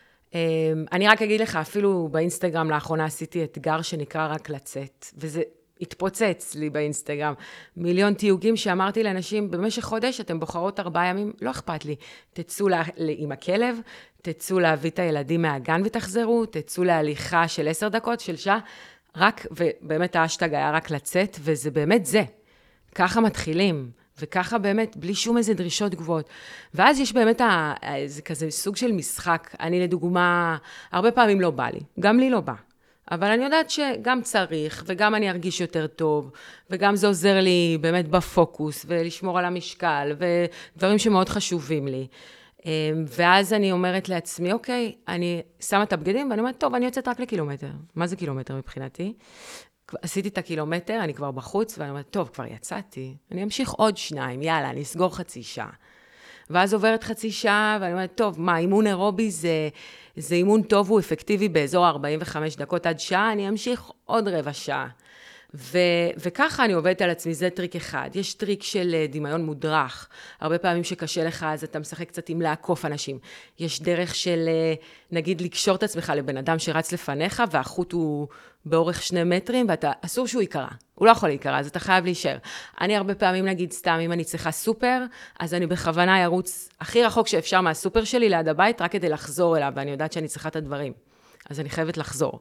אני רק אגיד לך, אפילו באינסטגרם לאחרונה עשיתי אתגר שנקרא רק לצאת, וזה התפוצץ לי באינסטגרם. מיליון תיוגים שאמרתי לאנשים, במשך חודש אתם בוחרות ארבעה ימים, לא אכפת לי, תצאו לה, עם הכלב, תצאו להביא את הילדים מהגן ותחזרו, תצאו להליכה של עשר דקות, של שעה, רק, ובאמת האשטג היה רק לצאת, וזה באמת זה. ככה מתחילים, וככה באמת, בלי שום איזה דרישות גבוהות. ואז יש באמת ה, זה כזה סוג של משחק. אני לדוגמה, הרבה פעמים לא בא לי, גם לי לא בא. אבל אני יודעת שגם צריך, וגם אני ארגיש יותר טוב, וגם זה עוזר לי באמת בפוקוס, ולשמור על המשקל, ודברים שמאוד חשובים לי. ואז אני אומרת לעצמי, אוקיי, אני שמה את הבגדים, ואני אומרת, טוב, אני יוצאת רק לקילומטר. מה זה קילומטר מבחינתי? עשיתי את הקילומטר, אני כבר בחוץ, ואני אומרת, טוב, כבר יצאתי, אני אמשיך עוד שניים, יאללה, אני אסגור חצי שעה. ואז עוברת חצי שעה, ואני אומרת, טוב, מה, אימון אירובי זה, זה אימון טוב, הוא אפקטיבי באזור ארבעים וחמש דקות עד שעה, אני אמשיך עוד רבע שעה. ו, וככה אני עובדת על עצמי, זה טריק אחד. יש טריק של דמיון מודרך. הרבה פעמים שקשה לך, אז אתה משחק קצת עם לעקוף אנשים. יש דרך של, נגיד, לקשור את עצמך לבן אדם שרץ לפניך, והחוט הוא באורך שני מטרים, ואתה, אסור שהוא יקרה. הוא לא יכול להיקרא, אז אתה חייב להישאר. אני הרבה פעמים, נגיד, סתם, אם אני צריכה סופר, אז אני בכוונה ירוץ הכי רחוק שאפשר מהסופר שלי ליד הבית, רק כדי לחזור אליו, ואני יודעת שאני צריכה את הדברים. אז אני חייבת לחזור.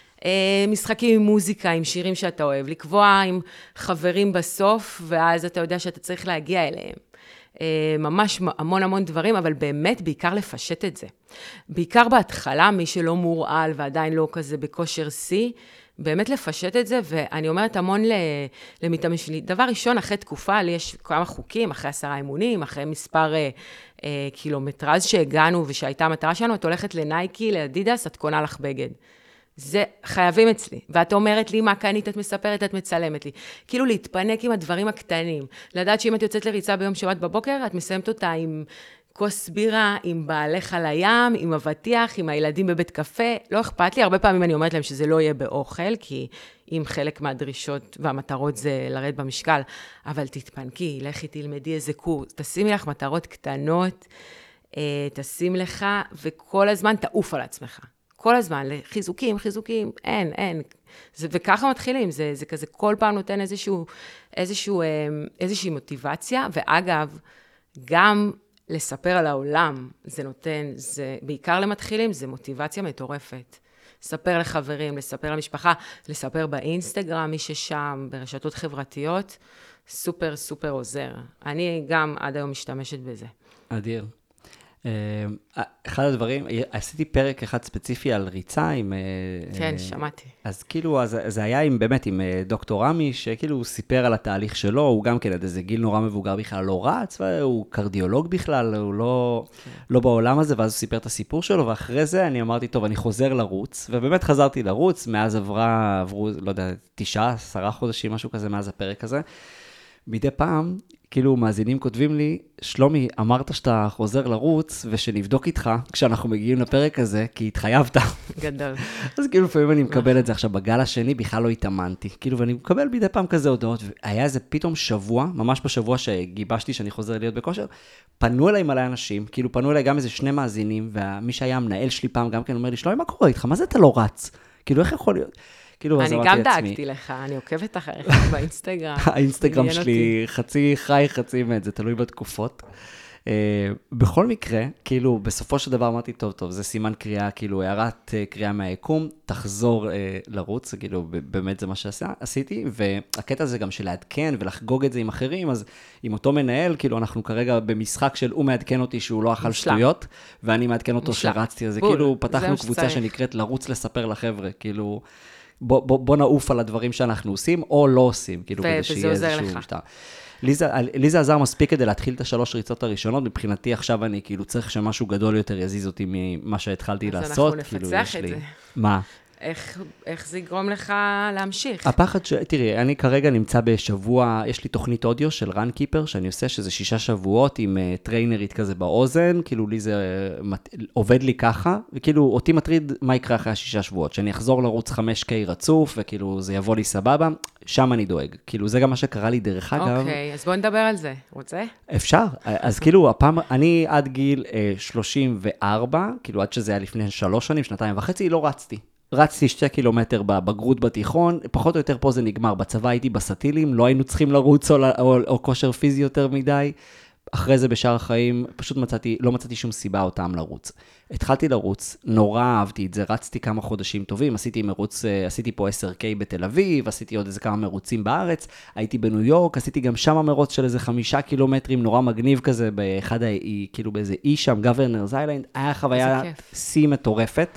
משחקים עם מוזיקה, עם שירים שאתה אוהב, לקבוע עם חברים בסוף, ואז אתה יודע שאתה צריך להגיע אליהם. ממש המון המון דברים, אבל באמת בעיקר לפשט את זה. בעיקר בהתחלה, מי שלא מורעל ועדיין לא כזה בכושר C, באמת לפשט את זה, ואני אומרת המון למתאמן שלי. דבר ראשון, אחרי תקופה, לי יש כמה חוקים, אחרי עשרה אימונים, אחרי מספר אה, אה, קילומטרז שהגענו ושהייתה המטרה שלנו, את הולכת לנייקי, לאדידס, את קונה לך בגד. זה חייבים אצלי. ואת אומרת לי, מה קנית, את מספרת, את מצלמת לי. כאילו להתפנק עם הדברים הקטנים. לדעת שאם את יוצאת לריצה ביום שבת בבוקר, את מסיימת אותה עם כוס בירה, עם בעלך על הים, עם אבטיח, עם הילדים בבית קפה. לא אכפת לי. הרבה פעמים אני אומרת להם שזה לא יהיה באוכל, כי אם חלק מהדרישות והמטרות זה לרד במשקל, אבל תתפנקי, לכי תלמדי איזה קורס, תשימי לך מטרות קטנות, תשים לך, וכל הזמן תעוף על עצמך. כל הזמן, לחיזוקים, חיזוקים, אין, אין. זה, וככה מתחילים, זה, זה כזה כל פעם נותן איזשהו, איזשהו, איזושהי מוטיבציה, ואגב, גם לספר על העולם, זה נותן, זה, בעיקר למתחילים, זה מוטיבציה מטורפת. לספר לחברים, לספר למשפחה, לספר באינסטגרם, מי ששם, ברשתות חברתיות, סופר סופר עוזר. אני גם עד היום משתמשת בזה. אדיר. אחד הדברים, עשיתי פרק אחד ספציפי על ריצה עם... כן, שמעתי. אז כאילו, זה היה עם, באמת עם דוקטור רמי, שכאילו הוא סיפר על התהליך שלו, הוא גם כן עד איזה גיל נורא מבוגר בכלל לא רץ, והוא קרדיולוג בכלל, הוא לא, לא בעולם הזה, ואז הוא סיפר את הסיפור שלו, ואחרי זה אני אמרתי, טוב, אני חוזר לרוץ, ובאמת חזרתי לרוץ, מאז עברה, עברו, לא יודע, תשעה, עשרה חודשים, משהו כזה, מאז הפרק הזה. מדי פעם, כאילו מאזינים כותבים לי, שלומי, אמרת שאתה חוזר לרוץ, ושנבדוק איתך כשאנחנו מגיעים לפרק הזה, כי התחייבת. גדול. אז כאילו לפעמים אני מקבל את זה. עכשיו, בגל השני בכלל לא התאמנתי. כאילו, ואני מקבל מדי פעם כזה הודעות, והיה איזה פתאום שבוע, ממש בשבוע שגיבשתי שאני חוזר להיות בכושר, פנו אליי מלא אנשים, כאילו פנו אליי גם איזה שני מאזינים, ומי שהיה המנהל שלי פעם גם כן אומר לי, שלומי, מה קורה איתך? מה זה אתה לא רץ? כאילו, איך יכול להיות? אני גם דאגתי לך, אני עוקבת אחריך באינסטגרם. האינסטגרם שלי חצי חי, חצי מת, זה תלוי בתקופות. בכל מקרה, כאילו, בסופו של דבר אמרתי, טוב, טוב, זה סימן קריאה, כאילו, הערת קריאה מהיקום, תחזור לרוץ, כאילו, באמת זה מה שעשיתי, והקטע הזה גם של לעדכן ולחגוג את זה עם אחרים, אז עם אותו מנהל, כאילו, אנחנו כרגע במשחק של הוא מעדכן אותי שהוא לא אכל שטויות, ואני מעדכן אותו שרצתי, אז זה כאילו, פתחנו קבוצה שנקראת לרוץ לספר לחבר'ה, כאילו, בוא, בוא, בוא נעוף על הדברים שאנחנו עושים, או לא עושים, כאילו, כדי שיהיה איזשהו משטר. לי זה עזר מספיק כדי להתחיל את השלוש ריצות הראשונות, מבחינתי עכשיו אני כאילו צריך שמשהו גדול יותר יזיז אותי ממה שהתחלתי לעשות. אז אנחנו נפצח את זה. מה? איך, איך זה יגרום לך להמשיך? הפחד ש... תראי, אני כרגע נמצא בשבוע, יש לי תוכנית אודיו של רן-קיפר, שאני עושה שזה שישה שבועות עם uh, טריינרית כזה באוזן, כאילו לי זה uh, עובד לי ככה, וכאילו אותי מטריד מה יקרה אחרי השישה שבועות, שאני אחזור לרוץ חמש קיי רצוף, וכאילו זה יבוא לי סבבה, שם אני דואג. כאילו זה גם מה שקרה לי דרך אגב. אוקיי, אז בוא נדבר על זה. רוצה? אפשר. אז כאילו הפעם, אני עד גיל uh, שלושים וארבע, כאילו עד שזה היה לפני שלוש שנים, שנתיים וחצי, לא רצתי. רצתי שתי קילומטר בבגרות בתיכון, פחות או יותר פה זה נגמר. בצבא הייתי בסטילים, לא היינו צריכים לרוץ או, או, או כושר פיזי יותר מדי. אחרי זה בשאר החיים, פשוט מצאתי, לא מצאתי שום סיבה אותם לרוץ. התחלתי לרוץ, נורא אהבתי את זה, רצתי כמה חודשים טובים, עשיתי מרוץ, עשיתי פה עשר קיי בתל אביב, עשיתי עוד איזה כמה מרוצים בארץ, הייתי בניו יורק, עשיתי גם שם מרוץ של איזה חמישה קילומטרים, נורא מגניב כזה, באחד האי, כאילו באיזה אי שם, גוורנרס איילנד, היה חוויה סי מטורפת.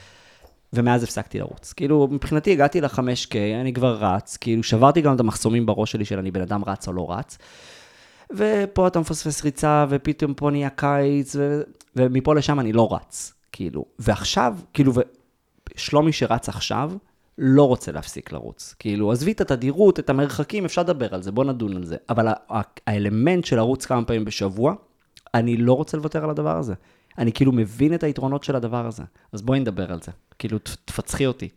ומאז הפסקתי לרוץ. כאילו, מבחינתי הגעתי ל-חמש קיי, אני כבר רץ, כאילו, שברתי גם את המחסומים בראש שלי של אני בן אדם רץ או לא רץ, ופה אתה מפספס ריצה, ופתאום פה נהיה קיץ, ו... ומפה לשם אני לא רץ, כאילו. ועכשיו, כאילו, ושלומי שרץ עכשיו, לא רוצה להפסיק לרוץ. כאילו, עזבי את התדירות, את המרחקים, אפשר לדבר על זה, בוא נדון על זה. אבל האלמנט של לרוץ כמה פעמים בשבוע, אני לא רוצה לוותר על הדבר הזה. אני כאילו מבין את היתרונות של הדבר הזה. אז בואי נדבר על זה. כאילו, תפצחי אותי.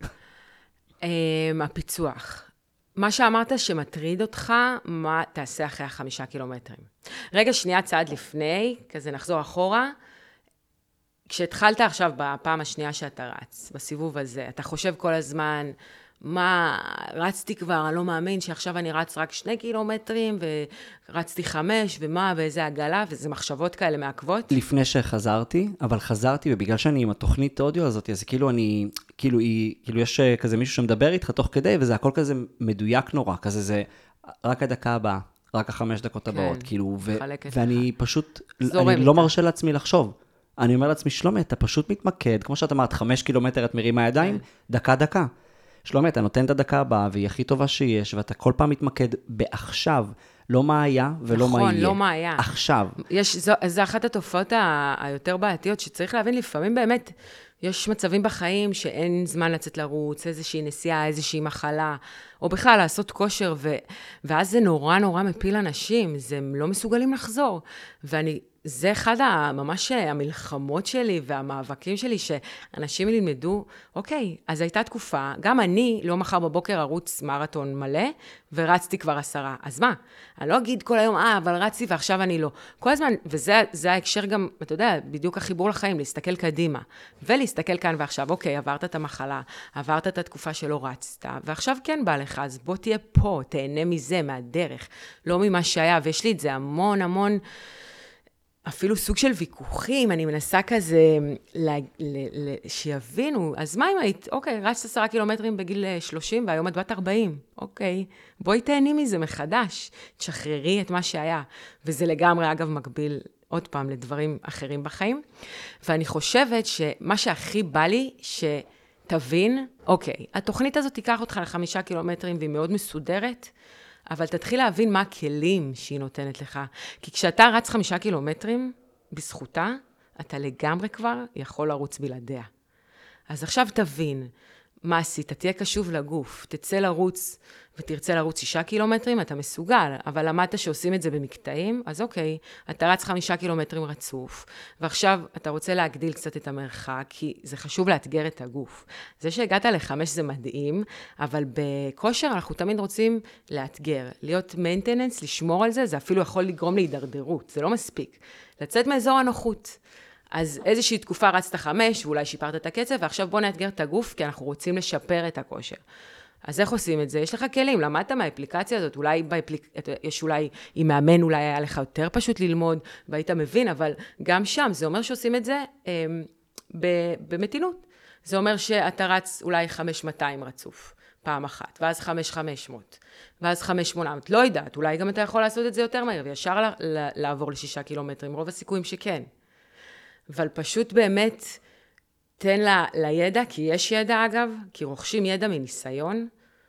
הפיצוח. מה שאמרת שמטריד אותך, מה תעשה אחרי החמישה קילומטרים. רגע שנייה צעד לפני, כזה נחזור אחורה. כשהתחלת עכשיו בפעם השנייה שאתה רץ, בסיבוב הזה, אתה חושב כל הזמן, מה, רצתי כבר, אני לא מאמין שעכשיו אני רץ רק שני קילומטרים, ורצתי חמש, ומה, ואיזה עגלה, וזה מחשבות כאלה מעכבות. לפני שחזרתי, אבל חזרתי, ובגלל שאני עם התוכנית אודיו הזאת, אז כאילו אני, כאילו, היא, כאילו יש כזה מישהו שמדבר איתך תוך כדי, וזה הכל כזה מדויק נורא, כזה זה רק הדקה הבאה, רק החמש דקות הבאות, כן, כאילו, ו- מחלקת ואני לך. פשוט, זורם אני לא איתה. מרשה לעצמי לחשוב. אני אומר לעצמי, שלומי, אתה פשוט מתמקד, כמו שאת אמרת, חמש קילומטר את מרימה ידיים, כן. דקה, דקה. שלומי, אתה נותן את הדקה הבאה, והיא הכי טובה שיש, ואתה כל פעם מתמקד בעכשיו, לא מה היה ולא מה נכון, יהיה. לא מה היה. עכשיו. יש, זו, זו אחת התופעות ה- היותר בעייתיות, שצריך להבין לפעמים באמת, יש מצבים בחיים שאין זמן לצאת לרוץ, איזושהי נסיעה, איזושהי מחלה, או בכלל לעשות כושר, ו, ואז זה נורא נורא מפיל אנשים, זה הם לא מסוגלים לחזור. ואני, זה אחד ה, ממש המלחמות שלי והמאבקים שלי, שאנשים ילמדו, אוקיי, אז הייתה תקופה, גם אני לא מחר בבוקר ארוץ מרתון מלא, ורצתי כבר עשרה. אז מה? אני לא אגיד כל היום, אה, אבל רצתי ועכשיו אני לא. כל הזמן, וזה זה ההקשר גם, אתה יודע, בדיוק החיבור לחיים, להסתכל קדימה, ולהסתכל כאן ועכשיו, אוקיי, עברת את המחלה, עברת את התקופה שלא רצת, ועכשיו כן בא לך, אז בוא תהיה פה, תהנה מזה, מהדרך, לא ממה שהיה, ויש לי את זה המון המון, אפילו סוג של ויכוחים, אני מנסה כזה, ל, ל, ל, שיבינו, אז מה אם היית, אוקיי, רצת עשרה קילומטרים בגיל שלושים, והיום את בת ארבעים, אוקיי, בואי תהני מזה מחדש, תשחררי את מה שהיה, וזה לגמרי, אגב, מקביל עוד פעם לדברים אחרים בחיים, ואני חושבת שמה שהכי בא לי, שתבין, אוקיי, התוכנית הזאת תיקח אותך לחמישה קילומטרים, והיא מאוד מסודרת, אבל תתחיל להבין מה הכלים שהיא נותנת לך. כי כשאתה רץ חמישה קילומטרים בזכותה, אתה לגמרי כבר יכול לרוץ בלעדיה. אז עכשיו תבין מה עשית, תהיה קשוב לגוף, תצא לרוץ ותרצה לרוץ שישה קילומטרים, אתה מסוגל, אבל למדת שעושים את זה במקטעים, אז אוקיי, אתה רץ חמישה קילומטרים רצוף, ועכשיו אתה רוצה להגדיל קצת את המרחק, כי זה חשוב לאתגר את הגוף. זה שהגעת לחמש זה מדהים, אבל בכושר אנחנו תמיד רוצים לאתגר, להיות maintenance, לשמור על זה, זה אפילו יכול לגרום להידרדרות, זה לא מספיק. לצאת מאזור הנוחות. אז איזושהי תקופה רצת חמש, ואולי שיפרת את הקצב, ועכשיו בוא נאתגר את הגוף, כי אנחנו רוצים לשפר את הכושר. אז איך עושים את זה? יש לך כלים, למדת מהאפליקציה הזאת, אולי באפליק... יש אולי, עם מאמן אולי היה לך יותר פשוט ללמוד, והיית מבין, אבל גם שם, זה אומר שעושים את זה אה, במתינות. זה אומר שאתה רץ אולי חמש מאתיים רצוף, פעם אחת, ואז חמש חמש מאות, ואז חמש שמונה מאות, לא יודעת, אולי גם אתה יכול לעשות את זה יותר מהר, וישר לה, לה, לעבור לשישה קילומטרים, רוב הסיכויים שכן. אבל פשוט באמת תן לה, לידע, כי יש ידע אגב, כי רוכשים ידע מניסיון,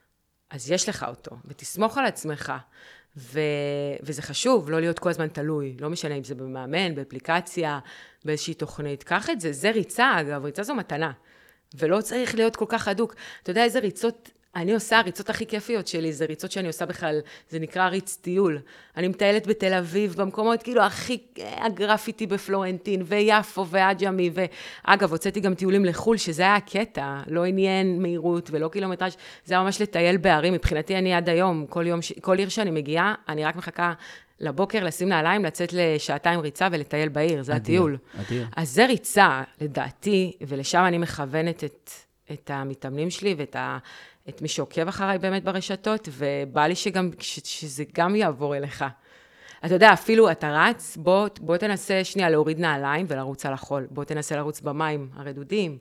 אז יש לך אותו, ותסמוך על עצמך, ו, וזה חשוב, לא להיות כל הזמן תלוי, לא משנה אם זה במאמן, באפליקציה, באיזושהי תוכנית, קח את זה, זה ריצה אגב, ריצה זו מתנה, ולא צריך להיות כל כך הדוק. אתה יודע איזה ריצות, אני עושה, הריצות הכי כיפיות שלי, זה ריצות שאני עושה בכלל, זה נקרא ריץ טיול. אני מטיילת בתל אביב, במקומות כאילו הכי הגרפיטי בפלורנטין, ויפו ועג'מי, ואגב, הוצאתי גם טיולים לחול, שזה היה הקטע, לא עניין מהירות ולא קילומטראז', זה היה ממש לטייל בערים, מבחינתי אני עד היום, כל יום, כל עיר שאני מגיעה, אני רק מחכה לבוקר, לשים נעליים, לצאת לשעתיים ריצה ולטייל בעיר, זה אדיר, הטיול. אדיר. אז זה ריצה, לדעתי, ולשם אני מכוונת את, את המתאמנים שלי ואת ה... את מי שעוקב אחריי באמת ברשתות, ובא לי שגם, ש, שזה גם יעבור אליך. אתה יודע, אפילו אתה רץ, בוא, בוא תנסה שנייה להוריד נעליים ולרוץ על החול. בוא תנסה לרוץ במים הרדודים.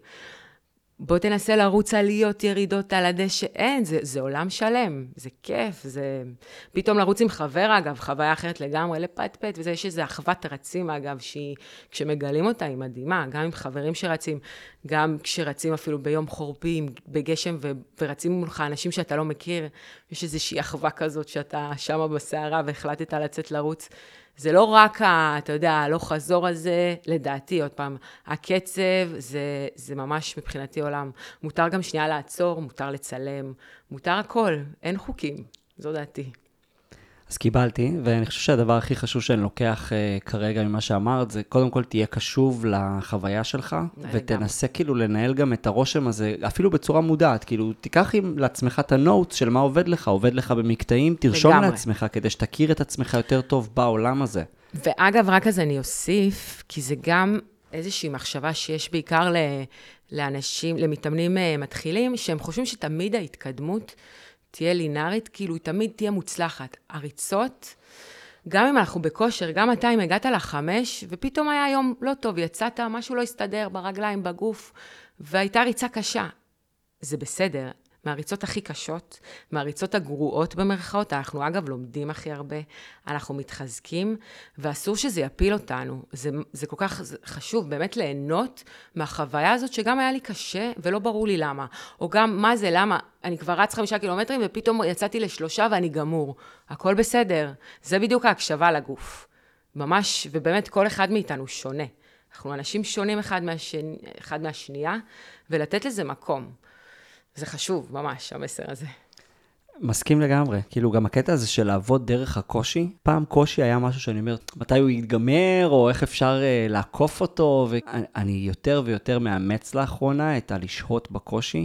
בוא תנסה לרוץ עליות, ירידות על הדשא. אין, זה, זה עולם שלם. זה כיף, זה... פתאום לרוץ עם חבר, אגב, חוויה אחרת לגמרי, לפט-פט, וזה יש איזו אחוות רצים, אגב, שהיא, כשמגלים אותה, היא מדהימה. גם עם חברים שרצים, גם כשרצים אפילו ביום חורפי, בגשם, ו- ורצים מולך אנשים שאתה לא מכיר. יש איזושהי אחווה כזאת שאתה שמה בסערה והחלטת לצאת לרוץ. זה לא רק, ה, אתה יודע, הלא חזור הזה, לדעתי, עוד פעם, הקצב, זה, זה ממש מבחינתי עולם. מותר גם שנייה לעצור, מותר לצלם, מותר הכל, אין חוקים, זו דעתי. אז קיבלתי, ואני חושב שהדבר הכי חשוב שאני לוקח uh, כרגע ממה שאמרת, זה קודם כל תהיה קשוב לחוויה שלך, ותנסה כאילו לנהל גם את הרושם הזה, אפילו בצורה מודעת, כאילו תיקח לעצמך את הנוטס של מה עובד לך, עובד לך במקטעים, תרשום לגמרי. לעצמך כדי שתכיר את עצמך יותר טוב בעולם הזה. ואגב, רק אז אני אוסיף, כי זה גם איזושהי מחשבה שיש בעיקר לאנשים, למתאמנים מתחילים, שהם חושבים שתמיד ההתקדמות תהיה לינארית, כאילו היא תמיד תהיה מוצלחת. הריצות, גם אם אנחנו בכושר, גם אתה אם הגעת לחמש, ופתאום היה יום לא טוב, יצאת, משהו לא הסתדר ברגליים, בגוף, והייתה ריצה קשה. זה בסדר. מהריצות הכי קשות, מהריצות הגרועות במרכאות, אנחנו אגב לומדים הכי הרבה, אנחנו מתחזקים, ואסור שזה יפיל אותנו. זה, זה כל כך חשוב, באמת ליהנות מהחוויה הזאת, שגם היה לי קשה, ולא ברור לי למה. או גם, מה זה, למה? אני כבר רץ חמישה קילומטרים, ופתאום יצאתי לשלושה ואני גמור. הכל בסדר. זה בדיוק ההקשבה לגוף. ממש, ובאמת כל אחד מאיתנו שונה. אנחנו אנשים שונים אחד, מהשני, אחד מהשנייה, ולתת לזה מקום. זה חשוב, ממש, המסר הזה. מסכים לגמרי. כאילו, גם הקטע הזה של לעבוד דרך הקושי, פעם קושי היה משהו שאני אומר, מתי הוא יתגמר, או איך אפשר uh, לעקוף אותו, ואני יותר ויותר מאמץ לאחרונה את הלשהות בקושי,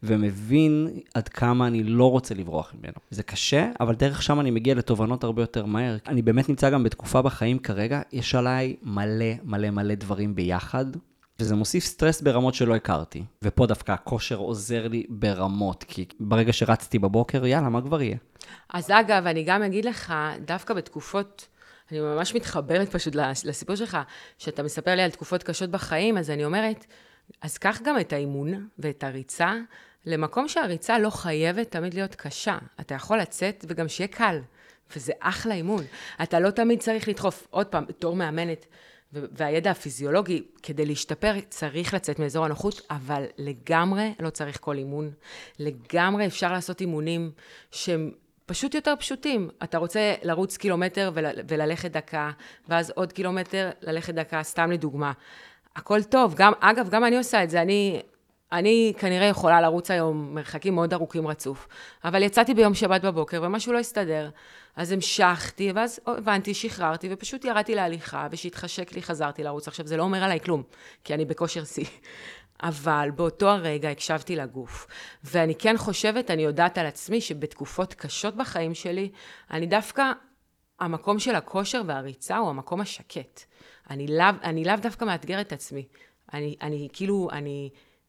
ומבין עד כמה אני לא רוצה לברוח ממנו. זה קשה, אבל דרך שם אני מגיע לתובנות הרבה יותר מהר. אני באמת נמצא גם בתקופה בחיים כרגע, יש עליי מלא מלא מלא דברים ביחד, וזה מוסיף סטרס ברמות שלא הכרתי. ופה דווקא הכושר עוזר לי ברמות, כי ברגע שרצתי בבוקר, יאללה, מה כבר יהיה? אז אגב, אני גם אגיד לך, דווקא בתקופות, אני ממש מתחברת פשוט לסיפור שלך, שאתה מספר לי על תקופות קשות בחיים, אז אני אומרת, אז קח גם את האימון ואת הריצה, למקום שהריצה לא חייבת תמיד להיות קשה. אתה יכול לצאת וגם שיהיה קל, וזה אחלה אימון. אתה לא תמיד צריך לדחוף, עוד פעם, תור מאמנת, והידע הפיזיולוגי, כדי להשתפר, צריך לצאת מאזור הנוחות, אבל לגמרי לא צריך כל אימון. לגמרי אפשר לעשות אימונים שהם פשוט יותר פשוטים. אתה רוצה לרוץ קילומטר ול, וללכת דקה, ואז עוד קילומטר ללכת דקה, סתם לדוגמה. הכל טוב. גם, אגב, גם אני עושה את זה. אני, אני כנראה יכולה לרוץ היום מרחקים מאוד ארוכים רצוף, אבל יצאתי ביום שבת בבוקר ומשהו לא הסתדר. אז המשכתי, ואז הבנתי, שחררתי, ופשוט ירדתי להליכה, ושהתחשק לי, חזרתי לרוץ. עכשיו, זה לא אומר עליי כלום, כי אני בכושר שיא. אבל באותו הרגע הקשבתי לגוף. ואני כן חושבת, אני יודעת על עצמי, שבתקופות קשות בחיים שלי, אני דווקא, המקום של הכושר והריצה הוא המקום השקט. אני לאו, אני לאו דווקא מאתגר את עצמי. אני, אני כאילו, אני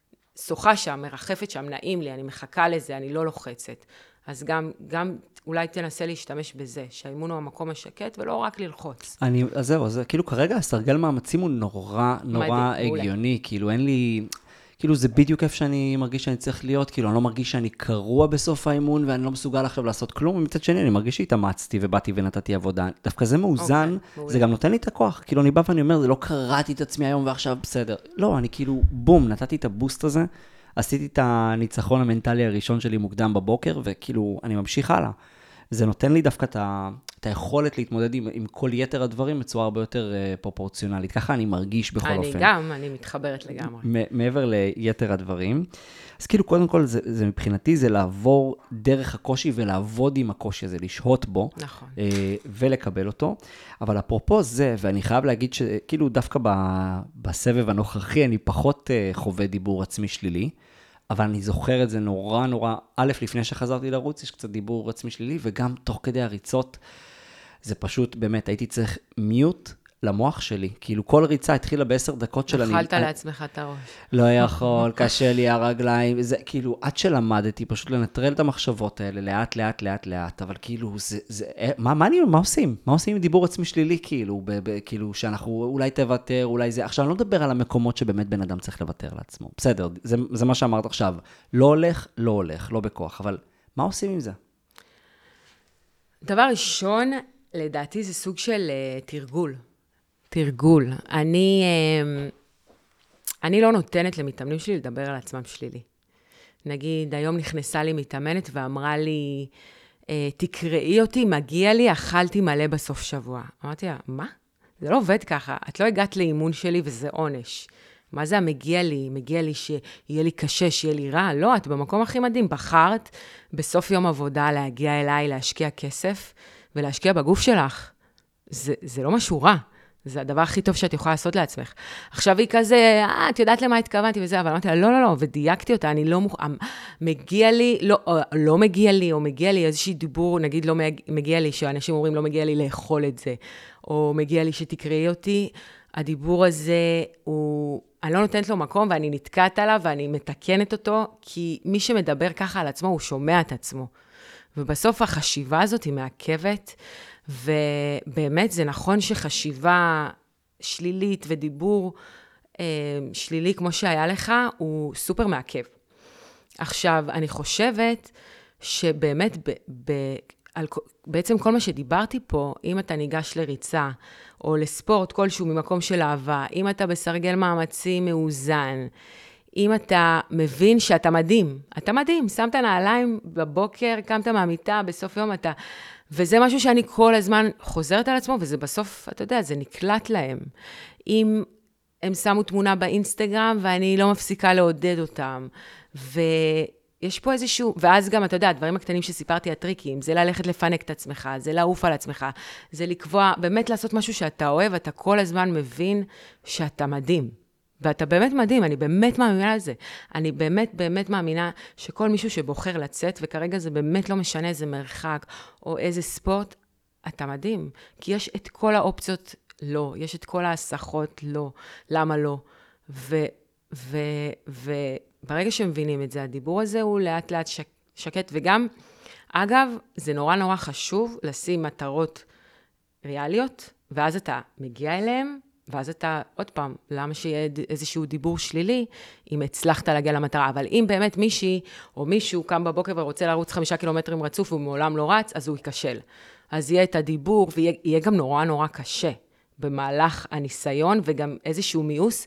שוחה שם, מרחפת שם, נעים לי, אני מחכה לזה, אני לא לוחצת. אז גם, גם אולי תנסה להשתמש בזה, שהאימון הוא המקום השקט, ולא רק ללחוץ. אני, אז זהו, אז כאילו כרגע הסרגל מאמצים הוא נורא, נורא הגיוני, כאילו אין לי, כאילו זה בדיוק איפה שאני מרגיש שאני צריך להיות, כאילו אני לא מרגיש שאני קרוע בסוף האימון, ואני לא מסוגל עכשיו לעשות כלום, ומצד שני אני מרגיש שהתאמצתי ובאתי ונתתי עבודה, דווקא זה מאוזן, okay, זה גם נותן לי את הכוח, כאילו אני בא ואני אומר, זה לא קראתי את עצמי היום ועכשיו בסדר, לא, אני כאילו, בום, נתתי את הבוסט הזה, עשיתי את הניצחון המנטלי הראשון שלי מוקדם בבוקר, וכאילו, אני ממשיך הלאה. זה נותן לי דווקא את, ה, את היכולת להתמודד עם, עם כל יתר הדברים בצורה הרבה יותר uh, פרופורציונלית. ככה אני מרגיש בכל אני אופן. אני גם, אני מתחברת לגמרי. מעבר ליתר הדברים. אז כאילו, קודם כל, זה, זה מבחינתי, זה לעבור דרך הקושי ולעבוד עם הקושי הזה, לשהות בו. נכון. Uh, ולקבל אותו. אבל אפרופו זה, ואני חייב להגיד שכאילו דווקא ב, בסבב הנוכחי, אני פחות uh, חווה דיבור עצמי שלילי. אבל אני זוכר את זה נורא נורא, א', לפני שחזרתי לרוץ, יש קצת דיבור עצמי שלילי, וגם תוך כדי הריצות, זה פשוט, באמת, הייתי צריך מיוט למוח שלי, כאילו כל ריצה התחילה בעשר דקות של... אכלת לעצמך את הראש. לא יכול, קשה לי הרגליים, זה כאילו, עד שלמדתי פשוט לנטרל את המחשבות האלה, לאט, לאט, לאט, לאט, אבל כאילו, זה, זה, מה, מה, אני, מה עושים? מה עושים עם דיבור עצמי שלילי, כאילו, ב, ב, כאילו, שאנחנו אולי תוותר, אולי זה, עכשיו, אני לא מדבר על המקומות שבאמת בן אדם צריך לוותר לעצמו, בסדר, זה, זה מה שאמרת עכשיו, לא הולך, לא הולך, לא בכוח, אבל מה עושים עם זה? דבר ראשון, לדעתי, זה סוג של uh, תרגול. תרגול. אני, אני לא נותנת למתאמנים שלי לדבר על עצמם שלילי. נגיד, היום נכנסה לי מתאמנת ואמרה לי, תקראי אותי, מגיע לי, אכלתי מלא בסוף שבוע. אמרתי לה, מה? זה לא עובד ככה. את לא הגעת לאימון שלי וזה עונש. מה זה המגיע לי? מגיע לי שיהיה לי קשה, שיהיה לי רע? לא, את במקום הכי מדהים. בחרת בסוף יום עבודה להגיע אליי, להשקיע כסף ולהשקיע בגוף שלך. זה, זה לא משהו רע. זה הדבר הכי טוב שאת יכולה לעשות לעצמך. עכשיו היא כזה, אה, את יודעת למה התכוונתי וזה, אבל אמרתי לה, לא, לא, לא, ודייקתי אותה, אני לא מוכ... מגיע לי, לא, לא מגיע לי, או מגיע לי איזושהי דיבור, נגיד לא מגיע לי, שאנשים אומרים, לא מגיע לי לאכול את זה, או מגיע לי שתקראי אותי, הדיבור הזה הוא, אני לא נותנת לו מקום, ואני נתקעת עליו, ואני מתקנת אותו, כי מי שמדבר ככה על עצמו, הוא שומע את עצמו. ובסוף החשיבה הזאת היא מעכבת, ובאמת זה נכון שחשיבה שלילית ודיבור אה, שלילי כמו שהיה לך, הוא סופר מעכב. עכשיו, אני חושבת שבאמת, ב, ב, על, בעצם כל מה שדיברתי פה, אם אתה ניגש לריצה, או לספורט כלשהו ממקום של אהבה, אם אתה בסרגל מאמצים מאוזן, אם אתה מבין שאתה מדהים, אתה מדהים, שמת נעליים בבוקר, קמת מהמיטה, בסוף יום אתה... וזה משהו שאני כל הזמן חוזרת על עצמו, וזה בסוף, אתה יודע, זה נקלט להם. אם הם שמו תמונה באינסטגרם, ואני לא מפסיקה לעודד אותם, ויש פה איזשהו, ואז גם, אתה יודע, הדברים הקטנים שסיפרתי, הטריקים, זה ללכת לפנק את עצמך, זה לעוף על עצמך, זה לקבוע, באמת לעשות משהו שאתה אוהב, אתה כל הזמן מבין שאתה מדהים. ואתה באמת מדהים, אני באמת מאמינה על זה. אני באמת באמת מאמינה שכל מישהו שבוחר לצאת, וכרגע זה באמת לא משנה איזה מרחק או איזה ספורט, אתה מדהים. כי יש את כל האופציות לא, יש את כל ההסחות לא, למה לא. ו, ו, וברגע שמבינים את זה, הדיבור הזה הוא לאט לאט שק, שקט, וגם, אגב, זה נורא נורא חשוב לשים מטרות ריאליות, ואז אתה מגיע אליהם, ואז אתה, עוד פעם, למה שיהיה איזשהו דיבור שלילי, אם הצלחת להגיע למטרה, אבל אם באמת מישהי או מישהו קם בבוקר ורוצה לרוץ חמישה קילומטרים רצוף, והוא מעולם לא רץ, אז הוא ייכשל. אז יהיה את הדיבור, ויהיה גם נורא נורא קשה, במהלך הניסיון, וגם איזשהו מיוס,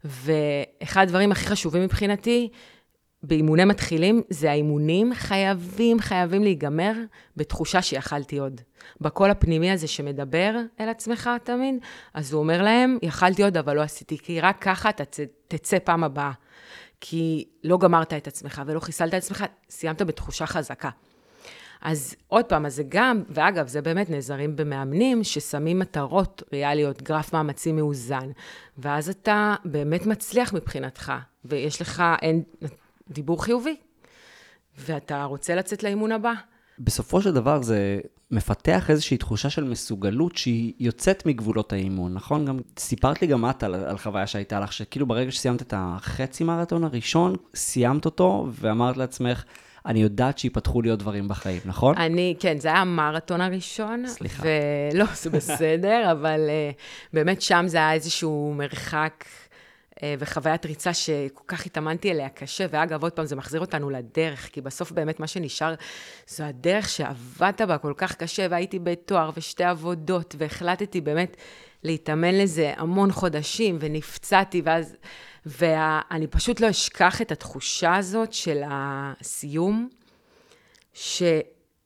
ואחד הדברים הכי חשובים מבחינתי, באימוני מתחילים, זה האימונים חייבים, חייבים להיגמר בתחושה שיכלתי עוד. בקול הפנימי הזה שמדבר אל עצמך תמיד, אז הוא אומר להם, יכלתי עוד, אבל לא עשיתי, כי רק ככה אתה תצא פעם הבאה. כי לא גמרת את עצמך ולא חיסלת את עצמך, סיימת בתחושה חזקה. אז עוד פעם, אז זה גם, ואגב, זה באמת נעזרים במאמנים ששמים מטרות ריאליות, גרף מאמצים מאוזן, ואז אתה באמת מצליח מבחינתך, ויש לך אין, דיבור חיובי, ואתה רוצה לצאת לאימון הבא. בסופו של דבר זה מפתח איזושהי תחושה של מסוגלות שהיא יוצאת מגבולות האימון, נכון? גם סיפרת לי גם את על, על חוויה שהייתה לך, שכאילו ברגע שסיימת את החצי מרתון הראשון, סיימת אותו ואמרת לעצמך, אני יודעת שיפתחו לי עוד דברים בחיים, נכון? אני, כן, זה היה המרתון הראשון. סליחה. ולא, זה בסדר, אבל uh, באמת שם זה היה איזשהו מרחק uh, וחוויית ריצה שכל כך התאמנתי אליה קשה, ואגב, עוד פעם, זה מחזיר אותנו לדרך, כי בסוף באמת מה שנשאר, זו הדרך שעבדת בה כל כך קשה, והייתי בתואר ושתי עבודות, והחלטתי באמת להתאמן לזה המון חודשים, ונפצעתי, ואז... ואני פשוט לא אשכח את התחושה הזאת של הסיום, שממש,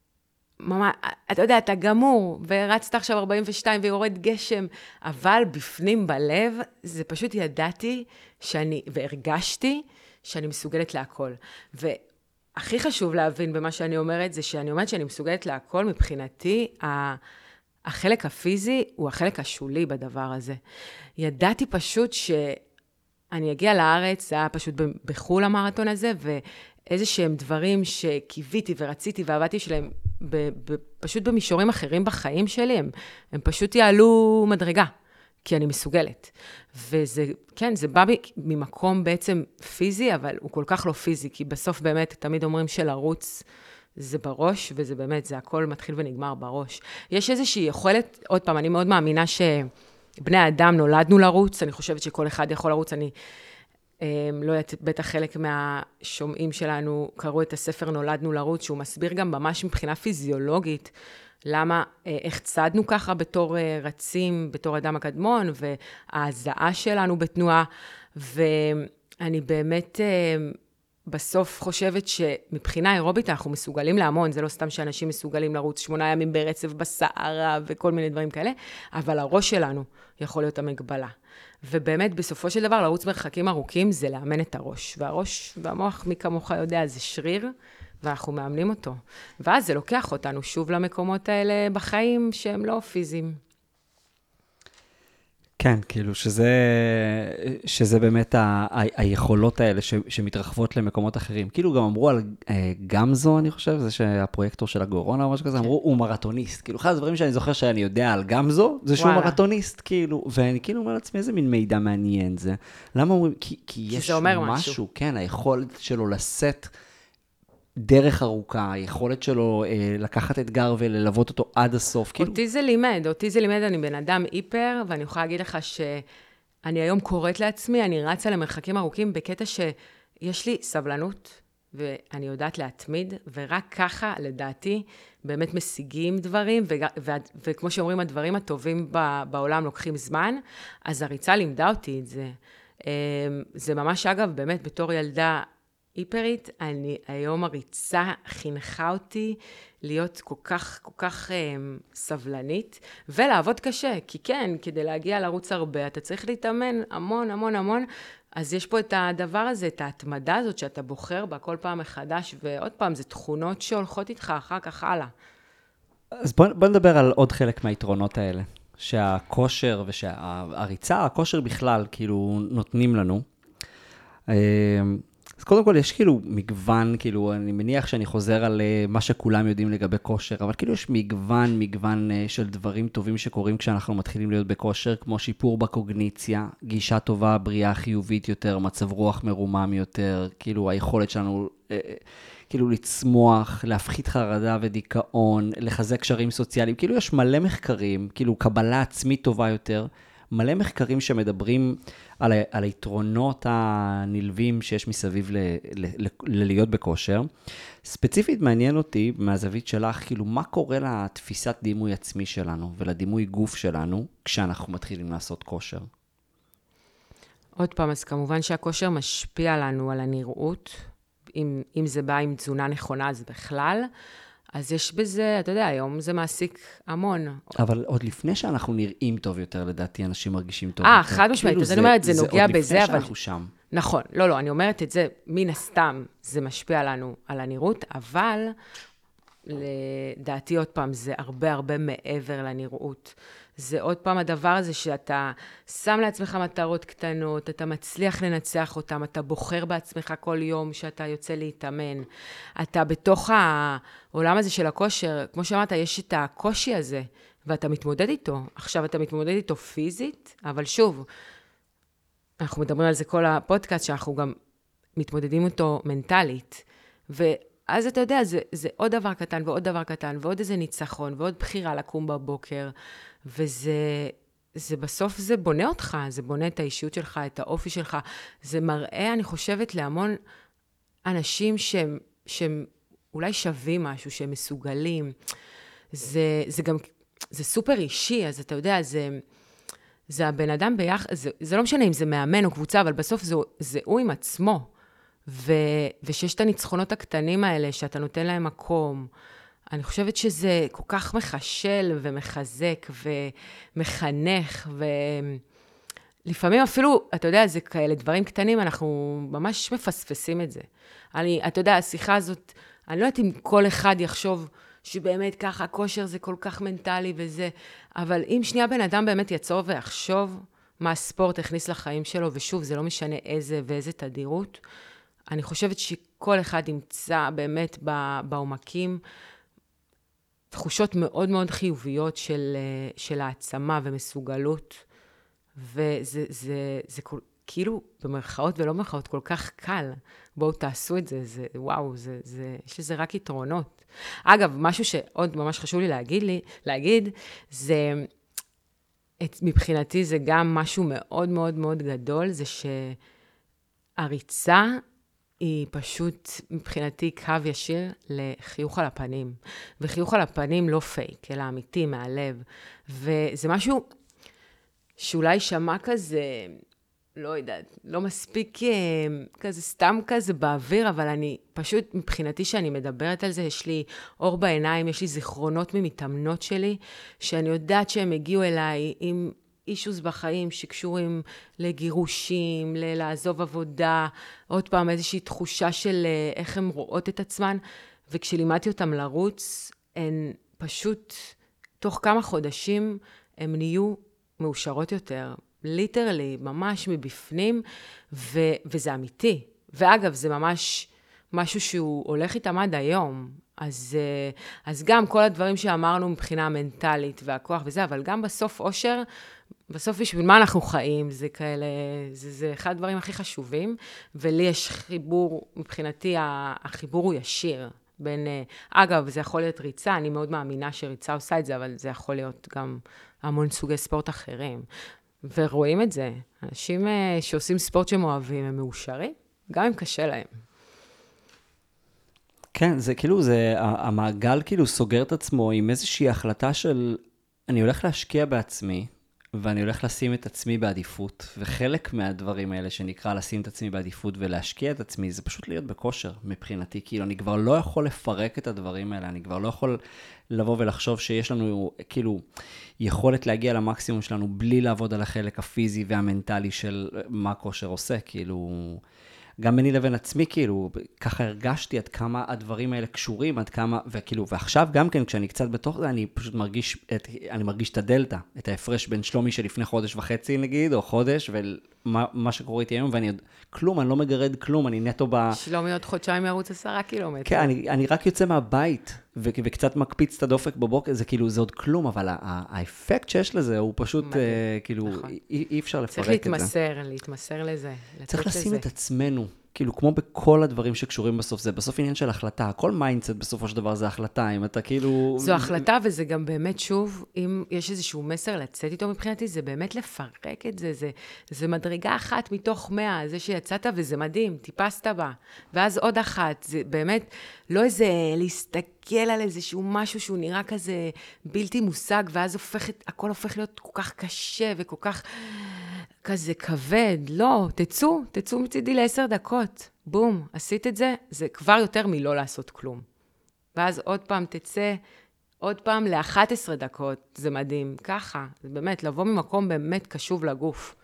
אתה יודע, אתה גמור, ורצת עכשיו ארבעים ושתיים ויורד גשם, אבל בפנים בלב, זה פשוט ידעתי שאני, והרגשתי שאני מסוגלת להכל. והכי חשוב להבין במה שאני אומרת, זה שאני אומרת שאני מסוגלת להכל, מבחינתי, החלק הפיזי הוא החלק השולי בדבר הזה. ידעתי פשוט ש... אני אגיע לארץ, זה היה פשוט בחול המרתון הזה, ואיזה שהם דברים שקיוויתי ורציתי ועבדתי שלהם, ב, ב, פשוט במישורים אחרים בחיים שלי, הם, הם פשוט יעלו מדרגה, כי אני מסוגלת. וזה, כן, זה בא ממקום בעצם פיזי, אבל הוא כל כך לא פיזי, כי בסוף באמת תמיד אומרים שלרוץ זה בראש, וזה באמת, זה הכל מתחיל ונגמר בראש. יש איזושהי יכולת, עוד פעם, אני מאוד מאמינה ש... בני האדם נולדנו לרוץ, אני חושבת שכל אחד יכול לרוץ, אני לא יודעת, בטח חלק מהשומעים שלנו קראו את הספר נולדנו לרוץ, שהוא מסביר גם ממש מבחינה פיזיולוגית, למה, איך צעדנו ככה בתור רצים, בתור אדם הקדמון, וההזעה שלנו בתנועה, ואני באמת בסוף חושבת שמבחינה אירובית אנחנו מסוגלים להמון, זה לא סתם שאנשים מסוגלים לרוץ שמונה ימים ברצף בסערה וכל מיני דברים כאלה, אבל הראש שלנו יכול להיות המגבלה. ובאמת בסופו של דבר לרוץ מרחקים ארוכים זה לאמן את הראש, והראש והמוח מי כמוך יודע זה שריר, ואנחנו מאמנים אותו. ואז זה לוקח אותנו שוב למקומות האלה בחיים שהם לא פיזיים. כן, כאילו שזה, שזה באמת ה, ה, היכולות האלה ש, שמתרחבות למקומות אחרים. כאילו גם אמרו על גמזו, אני חושב, זה שהפרויקטור של הגורונה או משהו כזה, אמרו, הוא מרתוניסט. כאילו, אחד הדברים שאני זוכר שאני יודע על גמזו, זה שהוא וואלה. מרתוניסט, כאילו, ואני כאילו אומר לעצמי, איזה מין מידע מעניין זה. למה אומרים? כי, כי יש משהו, משהו, כן, היכולת שלו לשאת דרך ארוכה, היכולת שלו אה, לקחת אתגר וללוות אותו עד הסוף. אותי כאילו... זה לימד, אותי זה לימד, אני בן אדם היפר, ואני יכולה להגיד לך שאני היום קוראת לעצמי, אני רצה למרחקים ארוכים בקטע שיש לי סבלנות, ואני יודעת להתמיד, ורק ככה, לדעתי, באמת משיגים דברים, ו- ו- וכמו שאומרים, הדברים הטובים בעולם לוקחים זמן, אז הריצה לימדה אותי את זה. זה ממש, אגב, באמת, בתור ילדה היפרית, אני, היום הריצה חינכה אותי להיות כל כך, כל כך um, סבלנית, ולעבוד קשה, כי כן, כדי להגיע לרוץ הרבה, אתה צריך להתאמן המון, המון, המון, אז יש פה את הדבר הזה, את ההתמדה הזאת שאתה בוחר בה כל פעם מחדש, ועוד פעם, זה תכונות שהולכות איתך אחר כך הלאה. אז בוא, בוא נדבר על עוד חלק מהיתרונות האלה, שהכושר ושהריצה, הכושר בכלל, כאילו, נותנים לנו. אז קודם כל יש כאילו מגוון, כאילו אני מניח שאני חוזר על מה שכולם יודעים לגבי כושר, אבל כאילו יש מגוון, מגוון של דברים טובים שקורים כשאנחנו מתחילים להיות בכושר, כמו שיפור בקוגניציה, גישה טובה, בריאה חיובית יותר, מצב רוח מרומם יותר, כאילו היכולת שלנו כאילו לצמוח, להפחית חרדה ודיכאון, לחזק קשרים סוציאליים, כאילו יש מלא מחקרים, כאילו קבלה עצמית טובה יותר, מלא מחקרים שמדברים על, ה- על היתרונות הנלווים שיש מסביב ל- ל- ל- ללהיות בכושר. ספציפית מעניין אותי מהזווית שלך, כאילו מה קורה לתפיסת דימוי עצמי שלנו ולדימוי גוף שלנו כשאנחנו מתחילים לעשות כושר? עוד פעם, אז כמובן שהכושר משפיע לנו על הנראות, אם, אם זה בא עם תזונה נכונה, אז בכלל. אז יש בזה, אתה יודע, היום זה מעסיק המון. אבל עוד לפני שאנחנו נראים טוב יותר, לדעתי, אנשים מרגישים טוב 아, יותר. אה, חד משמעית, אז זה, אני אומרת, זה, זה נוגע בזה, בזה, אבל... שאנחנו שם. נכון, לא, לא, אני אומרת את זה, מן הסתם, זה משפיע לנו על הנראות, אבל לדעתי עוד פעם, זה הרבה הרבה מעבר לנראות. זה עוד פעם הדבר הזה שאתה שם לעצמך מטרות קטנות, אתה מצליח לנצח אותם, אתה בוחר בעצמך כל יום שאתה יוצא להתאמן. אתה בתוך העולם הזה של הכושר, כמו שאמרת, יש את הקושי הזה, ואתה מתמודד איתו. עכשיו אתה מתמודד איתו פיזית, אבל שוב, אנחנו מדברים על זה כל הפודקאסט, שאנחנו גם מתמודדים אותו מנטלית. ואז אתה יודע, זה, זה עוד דבר קטן ועוד דבר קטן, ועוד איזה ניצחון, ועוד בחירה לקום בבוקר, וזה זה בסוף זה בונה אותך, זה בונה את האישיות שלך, את האופי שלך. זה מראה, אני חושבת, להמון אנשים שהם, שהם אולי שווים משהו, שהם מסוגלים. זה, זה גם, זה סופר אישי, אז אתה יודע, זה... זה הבן אדם ביחד, זה, זה לא משנה אם זה מאמן או קבוצה, אבל בסוף זה, זה הוא עם עצמו. ו, ושיש את הניצחונות הקטנים האלה, שאתה נותן להם מקום. אני חושבת שזה כל כך מחשל ומחזק ומחנך, ולפעמים אפילו, אתה יודע, זה כאלה דברים קטנים, אנחנו ממש מפספסים את זה. אני, אתה יודע, השיחה הזאת, אני לא יודעת אם כל אחד יחשוב, שבאמת ככה, כושר זה כל כך מנטלי וזה, אבל אם שנייה בן אדם באמת יצור ויחשוב מה הספורט הכניס לחיים שלו, ושוב, זה לא משנה איזה ואיזה תדירות, אני חושבת שכל אחד ימצא באמת בעומקים תחושות מאוד מאוד חיוביות של, של העצמה ומסוגלות, וזה זה, זה כל, כאילו במרכאות ולא במרכאות כל כך קל. בואו תעשו את זה, זה וואו, זה, זה, יש לזה רק יתרונות. אגב, משהו שעוד ממש חשוב לי להגיד, לי, להגיד זה, את, מבחינתי זה גם משהו מאוד מאוד מאוד גדול, זה שהריצה היא פשוט מבחינתי קו ישיר לחיוך על הפנים. וחיוך על הפנים לא פייק, אלא אמיתי, מהלב. וזה משהו שאולי שמע כזה, לא יודעת, לא מספיק כזה, סתם כזה באוויר, אבל אני פשוט, מבחינתי שאני מדברת על זה, יש לי אור בעיניים, יש לי זיכרונות ממתאמנות שלי, שאני יודעת שהם הגיעו אליי עם אישוס בחיים שקשורים לגירושים, לעזוב עבודה, עוד פעם איזושהי תחושה של איך הן רואות את עצמן, וכשלימדתי אותם לרוץ, הן פשוט, תוך כמה חודשים, הן נהיו מאושרות יותר. ליטרלי, ממש מבפנים, ו- וזה אמיתי. ואגב, זה ממש משהו שהוא הולך איתם עד היום. אז, אז גם כל הדברים שאמרנו מבחינה מנטלית והכוח וזה, אבל גם בסוף אושר, בסוף בשביל מה אנחנו חיים, זה כאלה, זה, זה אחד הדברים הכי חשובים, ולי יש חיבור, מבחינתי החיבור הוא ישיר. בין, אגב, זה יכול להיות ריצה, אני מאוד מאמינה שריצה עושה את זה, אבל זה יכול להיות גם המון סוגי ספורט אחרים. ורואים את זה. אנשים שעושים ספורט שהם אוהבים, הם מאושרים, גם אם קשה להם. כן, זה כאילו, זה, המעגל כאילו סוגר את עצמו עם איזושהי החלטה של, אני הולך להשקיע בעצמי, ואני הולך לשים את עצמי בעדיפות, וחלק מהדברים האלה שנקרא לשים את עצמי בעדיפות ולהשקיע את עצמי, זה פשוט להיות בכושר מבחינתי, כאילו אני כבר לא יכול לפרק את הדברים האלה, אני כבר לא יכול לבוא ולחשוב שיש לנו כאילו יכולת להגיע למקסימום שלנו, בלי לעבוד על החלק הפיזי והמנטלי של מה כושר עושה, כאילו... גם ביני לבין עצמי, כאילו, ככה הרגשתי עד כמה הדברים האלה קשורים, עד כמה, וכאילו, ועכשיו גם כן, כשאני קצת בתוך זה, אני פשוט מרגיש, את, אני מרגיש את הדלטה, את ההפרש בין שלומי שלפני חודש וחצי, נגיד, או חודש, ומה מה שקורה איתי היום, ואני עוד, כלום, אני לא מגרד כלום, אני נטו ב... שלומי עוד חודשיים ירוץ עשרה קילומטר. כן, אני, אני רק יוצא מהבית, ו, וקצת מקפיץ את הדופק בבוקר, זה כאילו, זה עוד כלום, אבל האפקט שיש לזה, הוא פשוט, אה, כאילו, נכון. אי, אי אפשר לפרק את זה. צריך להתמסר, להתמסר לזה. צריך לשים לזה. את עצמנו. כאילו, כמו בכל הדברים שקשורים בסוף, זה בסוף עניין של החלטה. כל מיינדסט בסופו של דבר זה החלטה, אם אתה כאילו... זו החלטה, וזה גם באמת, שוב, אם יש איזשהו מסר לצאת איתו מבחינתי, זה באמת לפרק את זה, זה, זה מדרגה אחת מתוך מאה, זה שיצאת וזה מדהים, טיפסת בה, ואז עוד אחת, זה באמת לא איזה להסתכל על איזשהו משהו שהוא נראה כזה בלתי מושג, ואז הופך, הכל הופך להיות כל כך קשה וכל כך... כזה כבד, לא, תצאו, תצאו מצידי לעשר דקות, בום, עשית את זה, זה כבר יותר מלא לעשות כלום. ואז עוד פעם תצא, עוד פעם ל-אחת עשרה דקות, זה מדהים, ככה, זה באמת, לבוא ממקום באמת קשוב לגוף.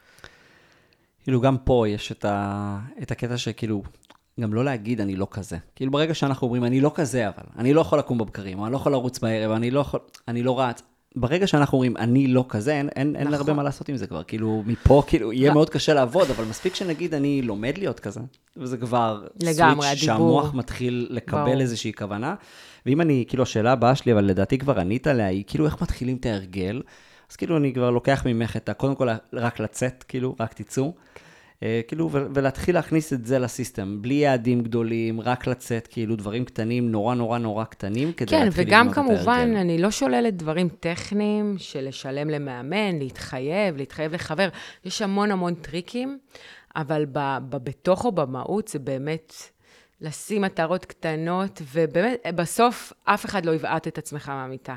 כאילו גם פה יש את, ה... את הקטע שכאילו, גם לא להגיד אני לא כזה. כאילו ברגע שאנחנו אומרים אני לא כזה, אבל אני לא יכול לקום בבקרים, או אני לא יכול לרוץ בערב, אני לא יכול, אני לא רץ, ברגע שאנחנו אומרים, אני לא כזה, אין, אין, נכון. אין הרבה מה לעשות עם זה כבר. כאילו, מפה, כאילו, יהיה מאוד קשה לעבוד, אבל מספיק שנגיד, אני לומד להיות כזה. וזה כבר לגמרי, סוויץ' שהמוח מתחיל לקבל ברור. איזושהי כוונה. ואם אני, כאילו, השאלה הבאה שלי, אבל לדעתי כבר ענית עליה, היא כאילו, איך מתחילים את ההרגל? אז כאילו, אני כבר לוקח ממך את ה... קודם כל, רק לצאת, כאילו, רק תצאו. כאילו, ולהתחיל להכניס את זה לסיסטם, בלי יעדים גדולים, רק לצאת, כאילו, דברים קטנים, נורא נורא נורא קטנים, כדי כן, להתחיל וגם כמובן, אני לא שוללת דברים טכניים, של לשלם למאמן, להתחייב, להתחייב לחבר, יש המון המון טריקים, אבל בתוך או במהות, זה באמת לשים מטרות קטנות, ובאמת, בסוף, אף אחד לא יבעט את עצמך מהמיטה.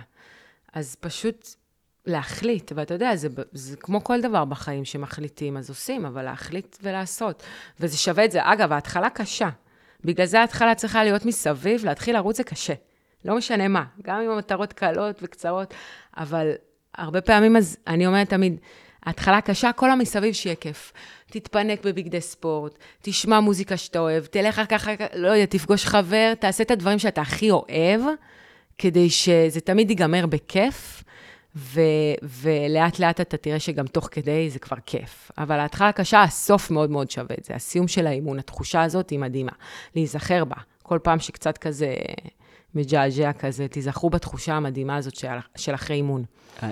אז פשוט... להחליט, ואתה יודע, זה, זה כמו כל דבר בחיים שמחליטים, אז עושים, אבל להחליט ולעשות. וזה שווה את זה. אגב, ההתחלה קשה. בגלל זה ההתחלה צריכה להיות מסביב, להתחיל לרוץ זה קשה. לא משנה מה, גם עם המטרות קלות וקצרות, אבל הרבה פעמים, אז אני אומרת תמיד, ההתחלה קשה, כל המסביב שיהיה כיף. תתפנק בבגדי ספורט, תשמע מוזיקה שאתה אוהב, תלך ככה, לא יודע, תפגוש חבר, תעשה את הדברים שאתה הכי אוהב, כדי שזה תמיד ייגמר בכיף, ו- ולאט לאט אתה תראה שגם תוך כדי זה כבר כיף. אבל ההתחלה הקשה, הסוף מאוד מאוד שווה את זה. הסיום של האימון, התחושה הזאת היא מדהימה. להיזכר בה. כל פעם שקצת כזה מג'עג'ע כזה, תיזכרו בתחושה המדהימה הזאת של, של אחרי אימון.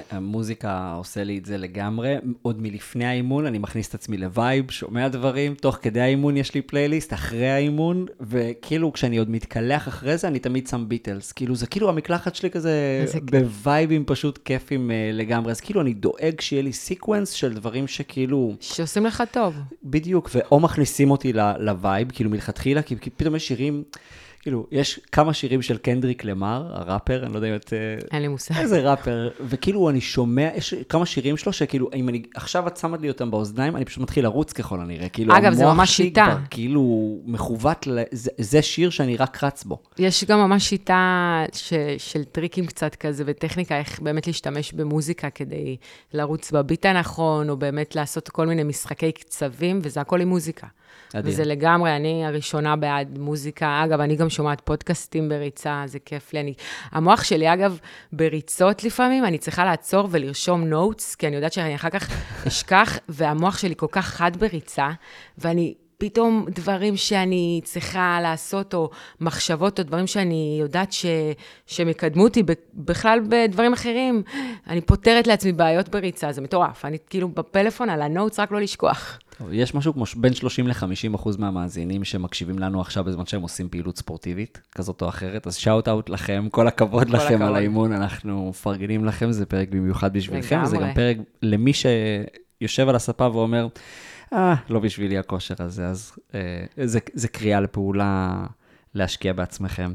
המוזיקה עושה לי את זה לגמרי. עוד מלפני האימון, אני מכניס את עצמי לווייב, שומע דברים, תוך כדי האימון יש לי פלייליסט, אחרי האימון, וכאילו כשאני עוד מתקלח אחרי זה, אני תמיד שם ביטלס. כאילו זה כאילו המקלחת שלי כזה בווייבים פשוט כיפים לגמרי. אז כאילו אני דואג שיהיה לי סיקוונס של דברים שכאילו... שעושים לך טוב. בדיוק, ואו מכניסים אותי לווייב, כאילו מלכתחילה, כי פתאום יש שירים... כאילו, יש כמה שירים של קנדריק למר, הראפר, אני לא יודע את... אין לי מושג. איזה ראפר, וכאילו אני שומע, יש כמה שירים שלו שכאילו, אם אני, עכשיו את שמת לי אותם באוזניים, אני פשוט מתחיל לרוץ ככל הנראה. כאילו, אגב, זה ממש שיטה. כבר, כאילו, מחוות, זה, זה שיר שאני רק רץ בו. יש גם ממש שיטה ש, של טריקים קצת כזה, וטכניקה, איך באמת להשתמש במוזיקה כדי לרוץ בביט הנכון, או באמת לעשות כל מיני משחקי קצבים, וזה הכל עם מוזיקה. עדין. וזה לגמרי, אני הראשונה בעד מוזיקה. אגב, אני גם שומעת פודקאסטים בריצה, זה כיף לי. אני... המוח שלי, אגב, בריצות לפעמים, אני צריכה לעצור ולרשום נוטס, כי אני יודעת שאני אחר כך אשכח, והמוח שלי כל כך חד בריצה, ואני פתאום דברים שאני צריכה לעשות, או מחשבות, או דברים שאני יודעת ש... שמקדמו אותי בכלל בדברים אחרים, אני פותרת לעצמי בעיות בריצה, זה מטורף. אני כאילו בפלאפון על הנוטס, רק לא לשכוח. יש משהו כמו בין שלושים ל-חמישים אחוז מהמאזינים שמקשיבים לנו עכשיו בזמן שהם עושים פעילות ספורטיבית, כזאת או אחרת, אז שאוט אאוט לכם, כל הכבוד כל לכם הכבוד. על האימון, אנחנו מפרגנים לכם, זה פרק במיוחד בשבילכם, זה גם פרק למי שיושב על הספה ואומר, אה, לא בשבילי הכושר הזה, אז אה, זה, זה קריאה לפעולה להשקיע בעצמכם.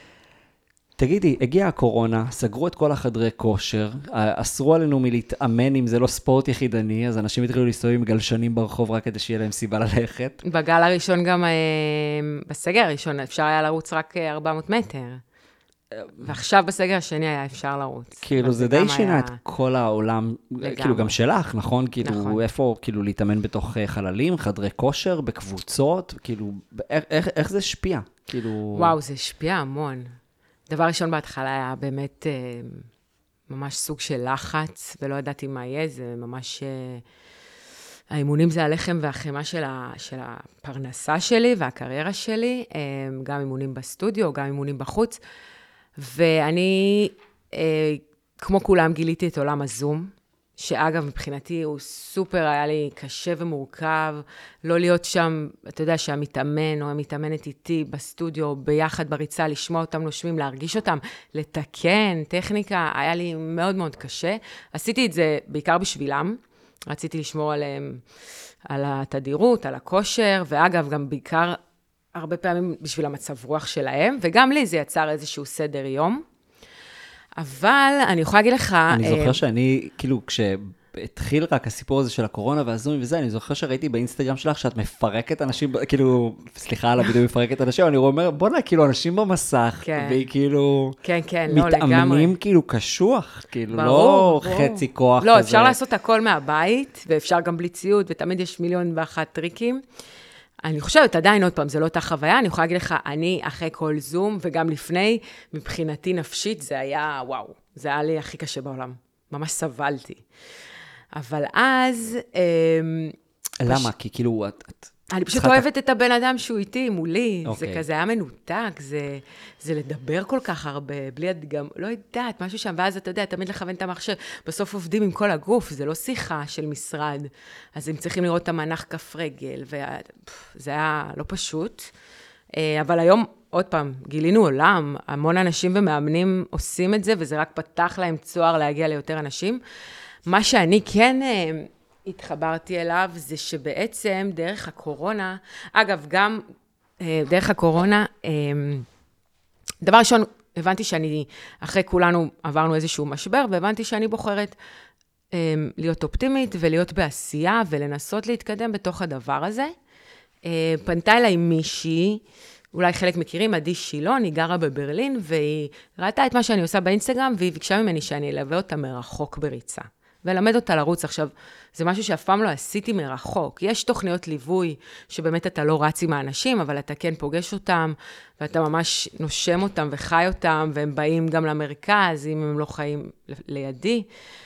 תגידי, הגיעה הקורונה, סגרו את כל החדרי כושר, אסרו עלינו מלהתאמן אם זה לא ספורט יחידני, אז אנשים התחילו להסתובב עם גלשנים ברחוב רק כדי שיהיה להם סיבה ללכת. בגל הראשון גם, בסגר הראשון, אפשר היה לרוץ רק ארבע מאות מטר. ועכשיו בסגר השני היה אפשר לרוץ. כאילו זה די שינה את כל העולם, כאילו גם שלך, נכון? כאילו איפה, כאילו להתאמן בתוך חללים, חדרי כושר, בקבוצות, כאילו, איך זה השפיע? וואו, זה השפיע המון. דבר ראשון בהתחלה היה באמת ממש סוג של לחץ, ולא ידעתי מה יהיה, זה ממש... האימונים זה הלחם והחימה של, ה, של הפרנסה שלי והקריירה שלי, גם אימונים בסטודיו, גם אימונים בחוץ, ואני, כמו כולם, גיליתי את עולם הזום, שאגב, מבחינתי הוא סופר, היה לי קשה ומורכב, לא להיות שם, אתה יודע, שהמתאמן או המתאמנת איתי בסטודיו, ביחד בריצה, לשמוע אותם נושמים, להרגיש אותם, לתקן, טכניקה, היה לי מאוד מאוד קשה. עשיתי את זה בעיקר בשבילם, רציתי לשמור עליהם, על התדירות, על הכושר, ואגב, גם בעיקר הרבה פעמים בשביל המצב רוח שלהם, וגם לי זה יצר איזשהו סדר יום. אבל אני יכולה להגיד לך... אני זוכר שאני, כאילו, כשהתחיל רק הסיפור הזה של הקורונה והזום וזה, אני זוכר שראיתי באינסטגרם שלך שאת מפרקת אנשים, כאילו, סליחה על הבידוי, מפרקת אנשים, אני אומר, בוא נה, כאילו, אנשים במסך, והיא כאילו... כן, כן, לא, לגמרי. מתאמנים כאילו קשוח, כאילו, לא חצי כוח. לא, אפשר לעשות הכל מהבית, ואפשר גם בלי ציוד, ותמיד יש מיליון ואחת טריקים. אני חושבת, עדיין עוד פעם, זה לא אותה חוויה, אני יכולה להגיד לך, אני אחרי כל זום, וגם לפני, מבחינתי נפשית, זה היה, וואו, זה היה לי הכי קשה בעולם. ממש סבלתי. אבל אז... למה? פש... כי כאילו, את... את... אני פשוט אוהבת את הבן אדם שהוא איתי, מולי. Okay. זה כזה היה מנותק, זה, זה לדבר כל כך הרבה, בלי גם, לא יודעת, משהו שם, ואז אתה יודע, תמיד לכוון את המחשב, בסוף עובדים עם כל הגוף, זה לא שיחה של משרד, אז הם צריכים לראות את המנח כף רגל, וזה היה לא פשוט. אבל היום, עוד פעם, גילינו עולם, המון אנשים ומאמנים עושים את זה, וזה רק פתח להם צוהר להגיע ליותר אנשים. מה שאני כן... התחברתי אליו, זה שבעצם דרך הקורונה, אגב, גם דרך הקורונה, דבר ראשון, הבנתי שאני, אחרי כולנו עברנו איזשהו משבר, והבנתי שאני בוחרת להיות אופטימית ולהיות בעשייה, ולנסות להתקדם בתוך הדבר הזה. פנתה אליי מישהי, אולי חלק מכירים, עדי שילון, היא גרה בברלין, והיא ראתה את מה שאני עושה באינסטגרם, והיא ביקשה ממני שאני אלווה אותה מרחוק בריצה. ולמד אותה לרוץ. עכשיו, זה משהו שאף פעם לא עשיתי מרחוק. יש תוכניות ליווי שבאמת אתה לא רץ עם האנשים, אבל אתה כן פוגש אותם, ואתה ממש נושם אותם וחי אותם, והם באים גם למרכז, אם הם לא חיים לידי.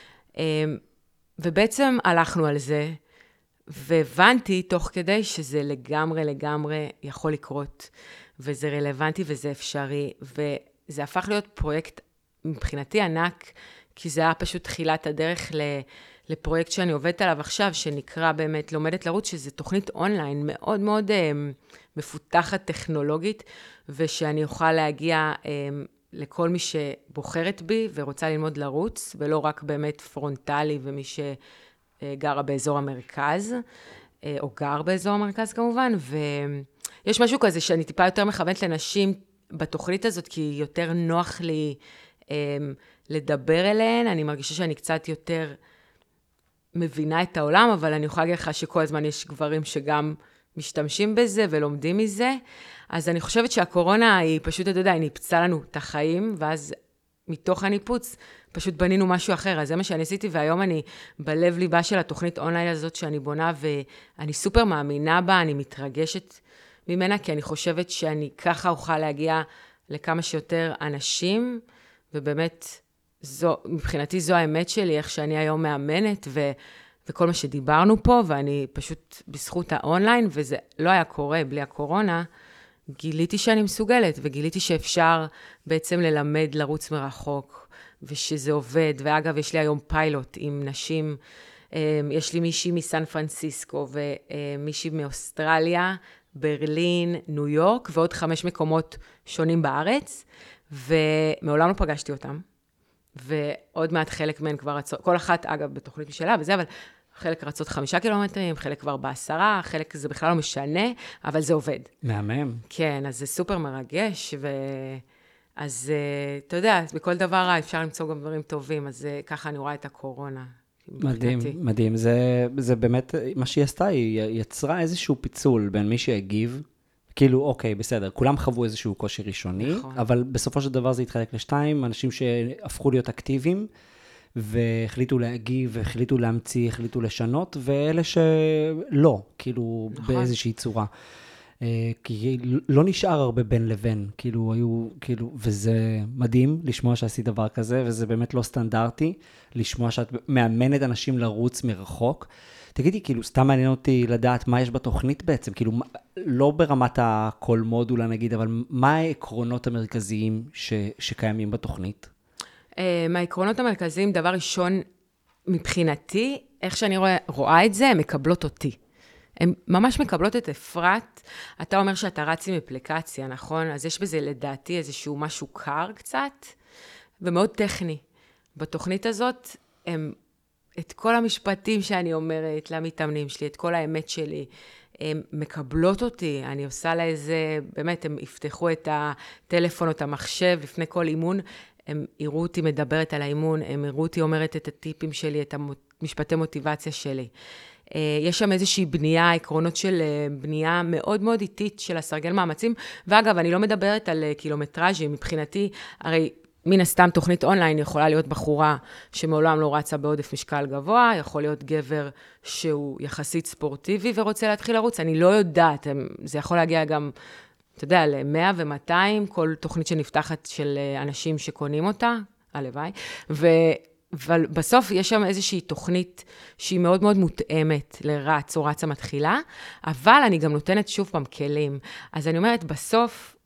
ובעצם הלכנו על זה, והבנתי תוך כדי שזה לגמרי לגמרי יכול לקרות, וזה רלוונטי וזה אפשרי, וזה הפך להיות פרויקט מבחינתי ענק, כי זה היה פשוט תחילת הדרך לפרויקט שאני עובדת עליו עכשיו, שנקרא באמת לומדת לרוץ, שזה תוכנית אונליין מאוד מאוד מפותחת טכנולוגית, ושאני אוכל להגיע לכל מי שבוחרת בי ורוצה ללמוד לרוץ, ולא רק באמת פרונטלי ומי שגרה באזור המרכז, או גר באזור המרכז כמובן, ויש משהו כזה שאני טיפה יותר מכוונת לנשים בתוכנית הזאת, כי יותר נוח לי לדבר אליהן, אני מרגישה שאני קצת יותר מבינה את העולם, אבל אני יכולה להגיד לך שכל הזמן יש גברים שגם משתמשים בזה ולומדים מזה, אז אני חושבת שהקורונה היא פשוט, אתה יודע, היא ניפצה לנו את החיים, ואז מתוך הניפוץ פשוט בנינו משהו אחר, אז זה מה שאני עשיתי, והיום אני בלב ליבה של התוכנית אונליין הזאת שאני בונה, ואני סופר מאמינה בה, אני מתרגשת ממנה, כי אני חושבת שאני ככה אוכל להגיע לכמה שיותר אנשים, ובאמת, זו, מבחינתי זו האמת שלי, איך שאני היום מאמנת, ו, וכל מה שדיברנו פה, ואני פשוט בזכות האונליין, וזה לא היה קורה בלי הקורונה, גיליתי שאני מסוגלת, וגיליתי שאפשר בעצם ללמד לרוץ מרחוק, ושזה עובד, ואגב, יש לי היום פיילוט עם נשים, יש לי מישהי מסן פרנסיסקו, ומישהי מאוסטרליה, ברלין, ניו יורק, ועוד חמש מקומות שונים בארץ, ומעולם לא פגשתי אותם, ועוד מעט חלק מהן כבר, כל אחת, אגב, בתוכנית משלה וזה, אבל חלק רצות חמישה קילומטרים, חלק כבר בעשרה, חלק זה בכלל לא משנה, אבל זה עובד. מהמם. כן, אז זה סופר מרגש, ו... אז אתה יודע, בכל דבר אפשר למצוא גם דברים טובים, אז ככה אני רואה את הקורונה. מדהים, מדהים. זה, זה באמת מה שהיא עשתה, היא יצרה איזשהו פיצול בין מי שהגיב, כאילו, אוקיי, בסדר, כולם חוו איזשהו קושי ראשוני, נכון. אבל בסופו של דבר זה התחלק לשתיים, אנשים שהפכו להיות אקטיביים, והחליטו להגיב, והחליטו להמציא, החליטו לשנות, ואלה שלא, כאילו, נכון. באיזושהי צורה. כי לא נשאר הרבה בין לבין, כאילו היו, כאילו, וזה מדהים לשמוע שעשית דבר כזה, וזה באמת לא סטנדרטי, לשמוע שאת מאמנת אנשים לרוץ מרחוק. תגידי, כאילו, סתם מעניין אותי לדעת מה יש בתוכנית בעצם, כאילו, לא ברמת הכל מודולה נגיד, אבל מה העקרונות המרכזיים ש, שקיימים בתוכנית? מהעקרונות המרכזיים, דבר ראשון, מבחינתי, איך שאני רואה, רואה את זה, הן מקבלות אותי. הן ממש מקבלות את אפרת. אתה אומר שאתה רץ עם אפליקציה, נכון? אז יש בזה לדעתי איזשהו משהו קר קצת, ומאוד טכני. בתוכנית הזאת, הם, את כל המשפטים שאני אומרת למתאמנים שלי, את כל האמת שלי, הן מקבלות אותי. אני עושה לה איזה, באמת, הם יפתחו את הטלפון או את המחשב לפני כל אימון, הם יראו אותי מדברת על האימון, הם יראו אותי אומרת את הטיפים שלי, את המשפטי מוטיבציה שלי. יש שם איזושהי בנייה, עקרונות של בנייה מאוד מאוד איטית של הסרגל מאמצים, ואגב, אני לא מדברת על קילומטראז'ים, מבחינתי, הרי מן הסתם תוכנית אונליין יכולה להיות בחורה שמעולם לא רצה בעודף משקל גבוה, יכול להיות גבר שהוא יחסית ספורטיבי ורוצה להתחיל לרוץ, אני לא יודעת, זה יכול להגיע גם, אתה יודע, ל-מאה ו-מאתיים, כל תוכנית שנפתחת של אנשים שקונים אותה, הלוואי, ו... אבל בסוף יש שם איזושהי תוכנית שהיא מאוד מאוד מותאמת לרץ או רצה מתחילה, אבל אני גם נותנת שוב פעם כלים. אז אני אומרת, בסוף,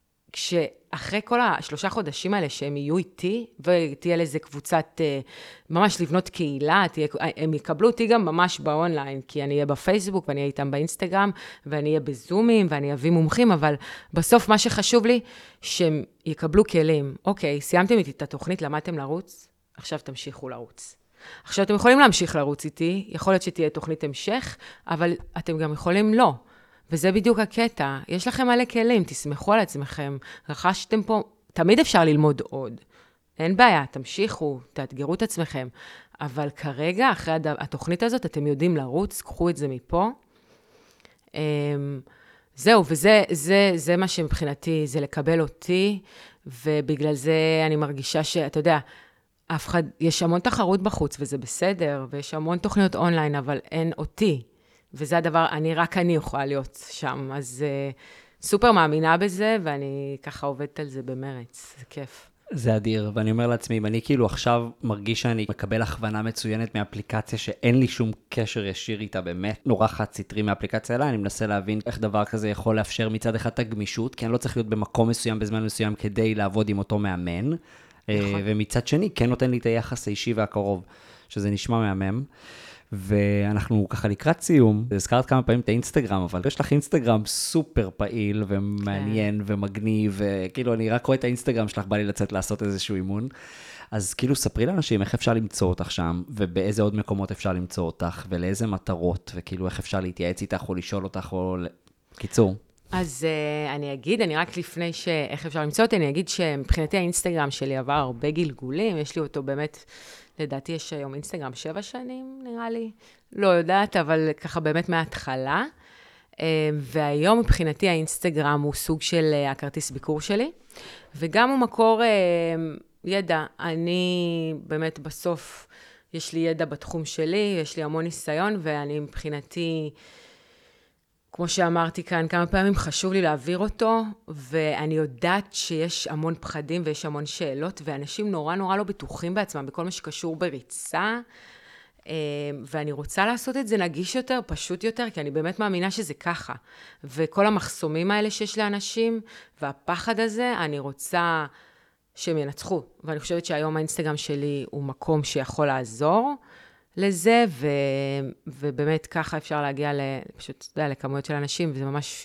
כשאחרי כל השלושה חודשים האלה שהם יהיו איתי, ותהיה לזה קבוצת, ממש לבנות קהילה, תהיה, הם יקבלו אותי גם ממש באונליין, כי אני אהיה בפייסבוק, ואני אהיה איתם באינסטגרם, ואני אהיה בזומים, ואני אביא מומחים, אבל בסוף מה שחשוב לי, שהם יקבלו כלים. אוקיי, סיימתם איתי את התוכנית, למדתם לרוץ? עכשיו תמשיכו לרוץ. עכשיו אתם יכולים להמשיך לרוץ איתי, יכול להיות שתהיה תוכנית המשך, אבל אתם גם יכולים לא. וזה בדיוק הקטע. יש לכם מלא כלים, תסמכו על עצמכם. רכשתם פה, תמיד אפשר ללמוד עוד. אין בעיה, תמשיכו, תאתגרו את עצמכם. אבל כרגע, אחרי התוכנית הזאת, אתם יודעים לרוץ, קחו את זה מפה. זהו, וזה זה, זה מה שמבחינתי, זה לקבל אותי, ובגלל זה אני מרגישה שאתה יודע, אף אחד, יש המון תחרות בחוץ, וזה בסדר, ויש המון תוכניות אונליין, אבל אין אותי. וזה הדבר, אני, רק אני יכולה להיות שם. אז uh, סופר מאמינה בזה, ואני ככה עובדת על זה במרץ. זה כיף. זה אדיר, ואני אומר לעצמי, אם אני כאילו עכשיו מרגיש שאני מקבל הכוונה מצוינת מאפליקציה שאין לי שום קשר ישיר איתה באמת, נורא חד סטרי מאפליקציה אליי, אני מנסה להבין איך דבר כזה יכול לאפשר מצד אחד את הגמישות, כי אני לא צריך להיות במקום מסוים, בזמן מסוים, כדי לעבוד עם אותו מאמן. נכון. ומצד שני, כן נותן לי את היחס האישי והקרוב, שזה נשמע מהמם. ואנחנו ככה לקראת סיום, הזכרת כמה פעמים את האינסטגרם, אבל יש לך אינסטגרם סופר פעיל ומעניין ומגניב, וכאילו אני רק רואה את האינסטגרם שלך, בא לי לצאת לעשות איזשהו אימון. אז כאילו ספרי לאנשים איך אפשר למצוא אותך שם, ובאיזה עוד מקומות אפשר למצוא אותך, ולאיזה מטרות, וכאילו איך אפשר להתייעץ איתך או לשאול אותך, או קיצור. אז uh, אני אגיד, אני רק לפני שאיך אפשר למצוא אותי, אני אגיד שמבחינתי האינסטגרם שלי עבר הרבה גלגולים, יש לי אותו באמת, לדעתי יש היום אינסטגרם שבע שנים, נראה לי, לא יודעת, אבל ככה באמת מההתחלה, uh, והיום מבחינתי האינסטגרם הוא סוג של uh, הכרטיס ביקור שלי, וגם הוא מקור uh, ידע, אני באמת בסוף, יש לי ידע בתחום שלי, יש לי המון ניסיון, ואני מבחינתי, כמו שאמרתי כאן, כמה פעמים חשוב לי להעביר אותו, ואני יודעת שיש המון פחדים ויש המון שאלות, ואנשים נורא נורא לא בטוחים בעצמם, בכל מה שקשור בריצה, ואני רוצה לעשות את זה נגיש יותר, פשוט יותר, כי אני באמת מאמינה שזה ככה. וכל המחסומים האלה שיש לאנשים, והפחד הזה, אני רוצה שהם ינצחו. ואני חושבת שהיום האינסטגרם שלי הוא מקום שיכול לעזור, לזה, ו... ובאמת ככה אפשר להגיע ל... פשוט, אתה יודע, לכמויות של אנשים, וזה ממש,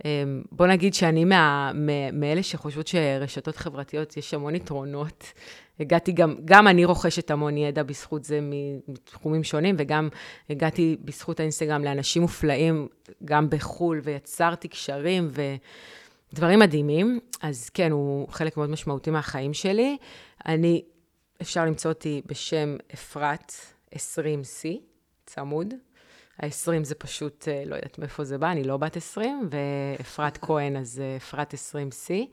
בוא נגיד שאני מה... מאלה שחושבות שרשתות חברתיות יש המון יתרונות, הגעתי גם, גם אני רוכשת המון ידע בזכות זה מתחומים שונים, וגם הגעתי בזכות האינסטגרם לאנשים מופלאים, גם בחול, ויצרתי קשרים ודברים מדהימים. אז כן, הוא חלק מאוד משמעותי מהחיים שלי. אני, אפשר למצוא אותי בשם אפרת עשרים סי, צמוד. ה-עשרים זה פשוט, לא יודעת מאיפה זה בא, אני לא בת עשרים, ואפרת כהן, אז אפרת עשרים סי.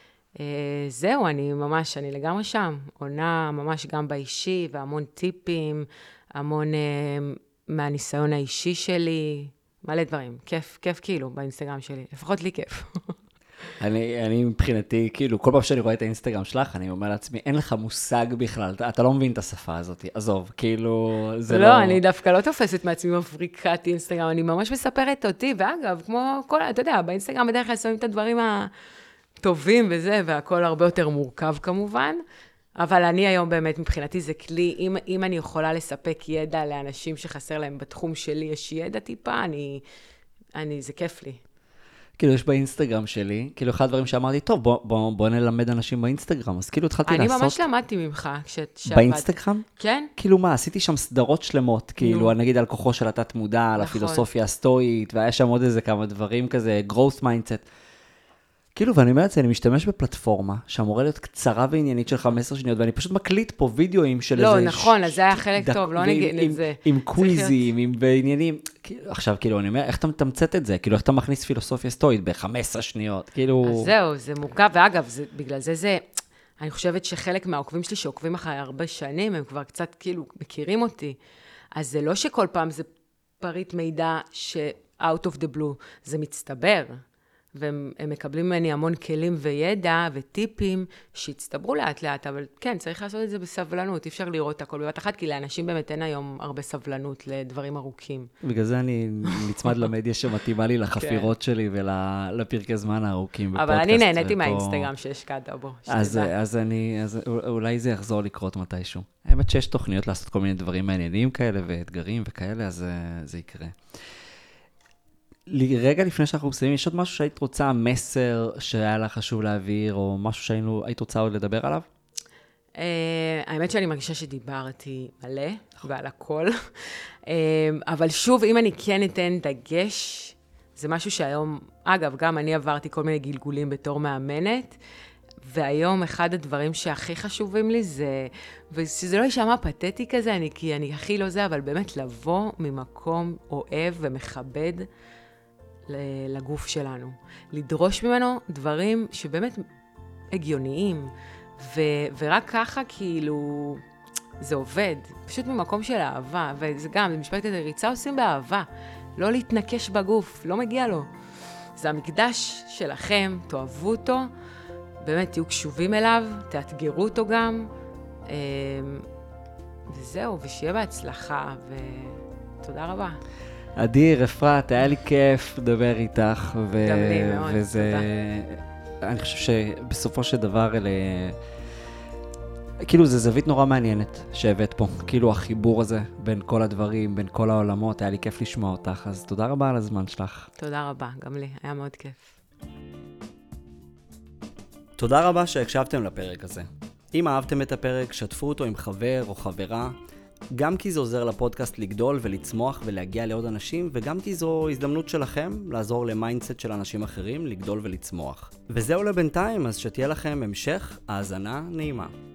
זהו, אני ממש, אני לגמרי שם. עונה ממש גם באישי, והמון טיפים, המון מהניסיון האישי שלי, מלא דברים. כיף, כיף כאילו באינסטגרם שלי. לפחות לי כיף. אני, אני מבחינתי, כאילו, כל פעם שאני רואה את האינסטגרם שלך, אני אומר לעצמי, אין לך מושג בכלל, אתה, אתה לא מבין את השפה הזאת, עזוב, כאילו, זה לא... לא, אני דווקא לא תופסת מעצמי מבריקת אינסטגרם, אני ממש מספרת אותי, ואגב, כמו כל, אתה יודע, באינסטגרם בדרך כלל שמים את הדברים הטובים וזה, והכל הרבה יותר מורכב כמובן, אבל אני היום באמת, מבחינתי זה כלי, אם, אם אני יכולה לספק ידע לאנשים שחסר להם בתחום שלי, יש ידע טיפה, אני, אני, זה כיף לי. כאילו, יש באינסטגרם שלי, כאילו, אחד הדברים שאמרתי, טוב, בוא, בוא, בוא נלמד אנשים באינסטגרם, אז כאילו, התחלתי אני לעשות... אני ממש למדתי ממך, כשעבדת. באינסטגרם? כן. כאילו, מה, עשיתי שם סדרות שלמות, כאילו, נגיד על כוחו של התת מודע, על הפילוסופיה הסטואית, והיה שם עוד איזה כמה דברים כזה, growth mindset. כאילו, ואני אומר את זה, אני משתמש בפלטפורמה, שאמורה להיות קצרה ועניינית של חמש עשרה שניות, ואני פשוט מקליט פה וידאוים של איזה... לא, נכון, אז זה היה חלק טוב, לא נגיד את זה. עם קוויזים, עם בעניינים. עכשיו, כאילו, אני אומר, איך אתה מתמצת את זה? כאילו, איך אתה מכניס פילוסופיה סטואית ב-חמש עשרה שניות? כאילו... אז זהו, זה מורכב, ואגב, בגלל זה זה... אני חושבת שחלק מהעוקבים שלי, שעוקבים אחרי הרבה שנים, הם כבר קצת, כאילו, מכירים אותי. אז זה לא שכל פעם זה פריט מידע ש-out of the blue, זה מצטבר. והם מקבלים ממני המון כלים וידע וטיפים שהצטברו לאט לאט, אבל כן, צריך לעשות את זה בסבלנות, אי אפשר לראות הכל בבת אחת, כי לאנשים באמת אין היום הרבה סבלנות לדברים ארוכים. בגלל זה אני נצמד למדיה שמתאימה לי לחפירות שלי ולפרקי זמן הארוכים בפודקאסט. אבל אני נהניתי מהאינסטגרם שהשקעת בו. אז אני, אז אולי זה יחזור לקרות מתישהו. האמת שיש תוכניות לעשות כל מיני דברים מעניינים כאלה ואתגרים וכאלה, אז זה יקרה. רגע לפני שאנחנו מסיימים, יש עוד משהו שהיית רוצה, מסר שהיה לך חשוב להעביר, או משהו שהיית רוצה עוד לדבר עליו? האמת שאני מרגישה שדיברתי מלא ועל הכל, אבל שוב, אם אני כן אתן דגש, זה משהו שהיום, אגב, גם אני עברתי כל מיני גלגולים בתור מאמנת, והיום אחד הדברים שהכי חשובים לי זה, ושזה לא יישמע פתטי כזה, אני, כי אני הכי לא זה, אבל באמת לבוא ממקום אוהב ומכבד, לגוף שלנו. לדרוש ממנו דברים שבאמת הגיוניים, ו- ורק ככה כאילו זה עובד, פשוט ממקום של אהבה, וזה גם, זה משפט כזה, ריצה עושים באהבה, לא להתנקש בגוף, לא מגיע לו. זה המקדש שלכם, תאהבו אותו, באמת תהיו קשובים אליו, תאתגרו אותו גם, וזהו, ושיהיה בהצלחה, ותודה רבה. אדיר, אפרת, היה לי כיף לדבר איתך. ו- גם לי מאוד, וזה... תודה. אני חושב שבסופו של דבר אלה... כאילו זה זווית נורא מעניינת שהבאת פה. כאילו החיבור הזה בין כל הדברים, בין כל העולמות, היה לי כיף לשמוע אותך. אז תודה רבה על הזמן שלך. תודה רבה, גם לי, היה מאוד כיף. תודה רבה שהקשבתם לפרק הזה. אם אהבתם את הפרק, שתפו אותו עם חבר או חברה, גם כי זה עוזר לפודקאסט לגדול ולצמוח ולהגיע לעוד אנשים, וגם כי זו הזדמנות שלכם לעזור למיינדסט של אנשים אחרים לגדול ולצמוח. וזהו לבינתיים, אז שתהיה לכם המשך האזנה נעימה.